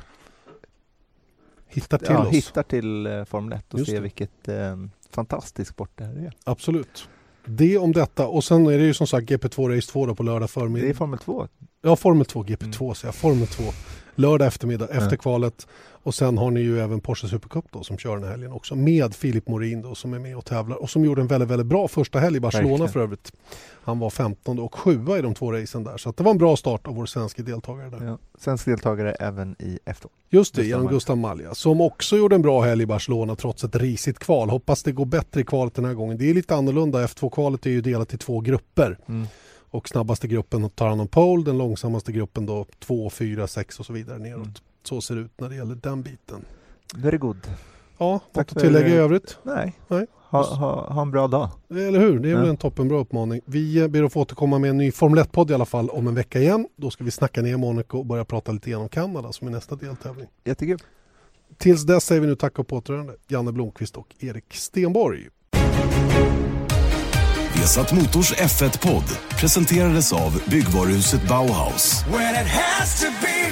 Hittar till ja, oss. hittar till eh, Formel ett och Just ser det. vilket eh, fantastisk sport det här är. Absolut. Det om detta. Och sen är det ju som sagt G P två Race två då på lördag förmiddag. Det är Formel två. Ja, Formel två, G P två mm. så jag Formel två. Lördag eftermiddag efter Mm. kvalet. Och sen har ni ju även Porsche Supercup då som kör den här helgen också. Med Filip Morin då som är med och tävlar. Och som gjorde en väldigt, väldigt bra första helg i Barcelona Verkligen. för övrigt. Han var femtonde och sjua i de två racen där. Så att det var en bra start av vår svenska deltagare där. Ja. Svensk deltagare även i F två. Just det, Gustav genom Malja. Gustav Malja. Som också gjorde en bra helg i Barcelona trots ett risigt kval. Hoppas det går bättre i kvalet den här gången. Det är lite annorlunda. F två-kvalet är ju delat i två grupper. Mm. Och snabbaste gruppen tar hand om pole. Den långsammaste gruppen då två, fyra, sex och så vidare neråt. Mm. Så ser det ut när det gäller den biten. Very good. Ja, Tack tack att för- tillägga i övrigt. Nej. Nej. Ha, ha, ha en bra dag. Eller hur? Det är väl Ja. en toppenbra uppmaning. Vi ber att få återkomma med en ny Formel ett-podd i alla fall om en vecka igen. Då ska vi snacka ner Monaco och börja prata lite grann om Kanada som är nästa deltävling. Jättekul. Tills dess säger vi nu tack och på återhörande. Janne Blomqvist och Erik Stenborg. Vesat Motors F ett-podd presenterades av byggvaruhuset Bauhaus. When it has to be